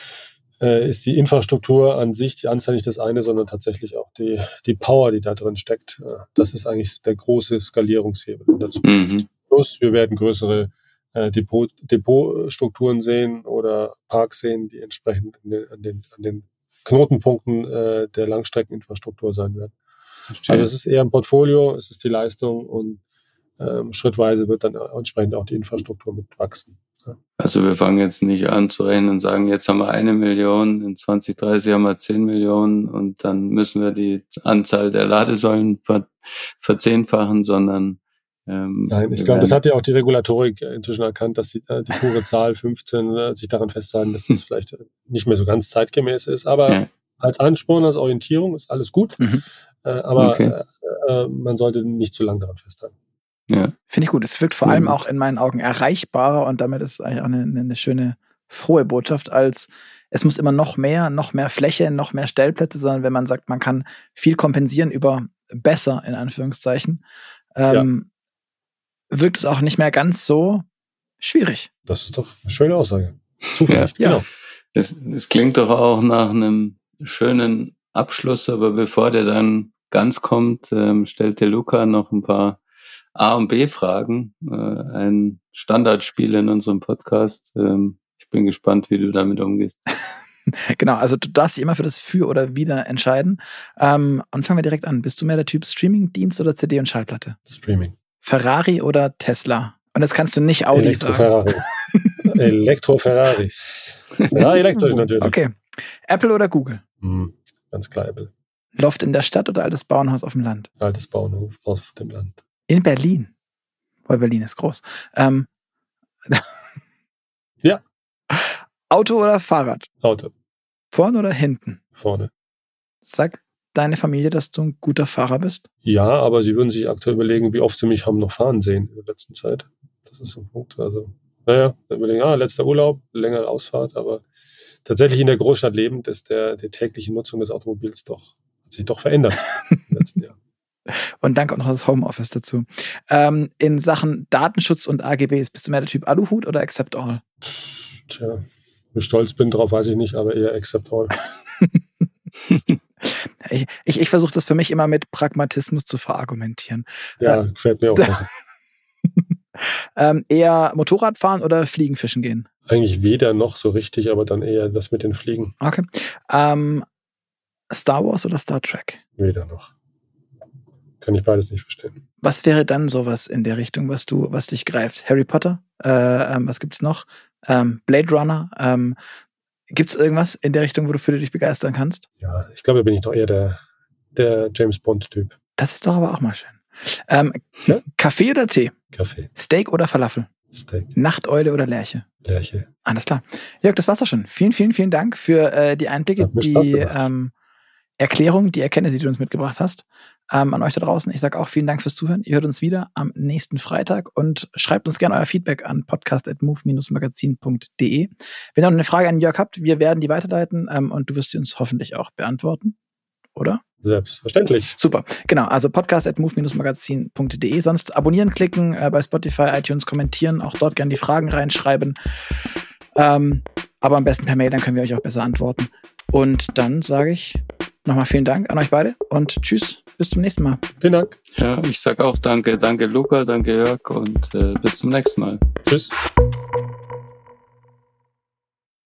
äh, ist die Infrastruktur an sich, die Anzahl nicht das eine, sondern tatsächlich auch die die Power, die da drin steckt. Äh, das ist eigentlich der große Skalierungshebel in der Zukunft. Mhm. Plus, wir werden größere Depot, Depotstrukturen sehen oder Parks sehen, die entsprechend an den, an den, an den Knotenpunkten äh, der Langstreckeninfrastruktur sein werden. Verstehe. Also es ist eher ein Portfolio, es ist die Leistung und ähm, schrittweise wird dann entsprechend auch die Infrastruktur mit wachsen. Ja. Also wir fangen jetzt nicht an zu rechnen und sagen, jetzt haben wir eine Million, in zwanzig dreißig haben wir zehn Millionen und dann müssen wir die Anzahl der Ladesäulen ver- verzehnfachen, sondern Ähm, Nein, ich glaube, das hat ja auch die Regulatorik inzwischen erkannt, dass die, äh, die pure Zahl fünfzehn äh, sich daran festhalten, dass das vielleicht nicht mehr so ganz zeitgemäß ist. Aber ja. als Ansporn, als Orientierung ist alles gut. Mhm. Äh, aber okay. äh, äh, man sollte nicht zu lange daran festhalten. Ja. Finde ich gut. Es wirkt vor allem auch in meinen Augen erreichbarer und damit ist es eigentlich auch eine, eine schöne, frohe Botschaft, als es muss immer noch mehr, noch mehr Fläche, noch mehr Stellplätze, sondern wenn man sagt, man kann viel kompensieren über besser, in Anführungszeichen, ähm, ja. wirkt es auch nicht mehr ganz so schwierig. Das ist doch eine schöne Aussage. Zuversicht, ja. Genau. Es, es klingt doch auch nach einem schönen Abschluss, aber bevor der dann ganz kommt, ähm, stellt der Luca noch ein paar A- und B-Fragen. Äh, ein Standardspiel in unserem Podcast. Ähm, ich bin gespannt, wie du damit umgehst. Genau, also du darfst dich immer für das Für oder Wider entscheiden. Ähm, und fangen wir direkt an. Bist du mehr der Typ Streaming-Dienst oder C D und Schallplatte? Streaming. Ferrari oder Tesla? Und jetzt kannst du nicht Audi Elektro sagen. Ferrari. Elektro-Ferrari. Ja, elektrisch natürlich. Okay. Apple oder Google? Hm, ganz klar Apple. Loft in der Stadt oder altes Bauernhaus auf dem Land? Altes Bauernhaus auf dem Land. In Berlin? Weil Berlin ist groß. Ähm. Ja. Auto oder Fahrrad? Auto. Vorne oder hinten? Vorne. Sagt deine Familie, dass du ein guter Fahrer bist? Ja, aber sie würden sich aktuell überlegen, wie oft sie mich haben noch fahren sehen in der letzten Zeit. Das ist so ein Punkt. Also, naja, überlegen, ah, letzter Urlaub, längere Ausfahrt, aber tatsächlich in der Großstadt lebend ist der, die tägliche Nutzung des Automobils doch, hat sich doch verändert im letzten Jahr. Und danke auch noch das Homeoffice dazu. Ähm, in Sachen Datenschutz und A G Bs, bist du mehr der Typ Aluhut oder Accept All? Tja, wie stolz bin drauf, weiß ich nicht, aber eher Accept All. Ich, ich, ich versuche das für mich immer mit Pragmatismus zu verargumentieren. Ja, äh, gefällt mir auch besser. ähm, eher Motorradfahren oder Fliegen fischen gehen? Eigentlich weder noch so richtig, aber dann eher das mit den Fliegen. Okay. Ähm, Star Wars oder Star Trek? Weder noch. Kann ich beides nicht verstehen. Was wäre dann sowas in der Richtung, was du, was dich greift? Harry Potter? Äh, ähm, was gibt's noch? ähm, Blade Runner. Ähm, Gibt es irgendwas in der Richtung, wo du für dich begeistern kannst? Ja, ich glaube, bin ich doch eher der, der James Bond-Typ. Das ist doch aber auch mal schön. Ähm, ja? Kaffee oder Tee? Kaffee. Steak oder Falafel? Steak. Nachteule oder Lerche? Lerche. Alles klar. Jörg, das war's doch schon. Vielen, vielen, vielen Dank für äh, die Einblicke, die ähm, Erklärung, die Erkenntnisse, die du uns mitgebracht hast. Ähm, an euch da draußen. Ich sage auch vielen Dank fürs Zuhören. Ihr hört uns wieder am nächsten Freitag und schreibt uns gerne euer Feedback an podcast at move dash magazin punkt de. Wenn ihr noch eine Frage an Jörg habt, wir werden die weiterleiten ähm, und du wirst sie uns hoffentlich auch beantworten. Oder? Selbstverständlich. Super. Genau, also podcast at move dash magazin punkt de. Sonst abonnieren klicken, äh, bei Spotify, iTunes kommentieren, auch dort gerne die Fragen reinschreiben. Ähm, aber am besten per Mail, dann können wir euch auch besser antworten. Und dann sage ich nochmal vielen Dank an euch beide und tschüss, bis zum nächsten Mal. Vielen Dank. Ja, ich sage auch danke. Danke Luca, danke Jörg und äh, bis zum nächsten Mal. Tschüss.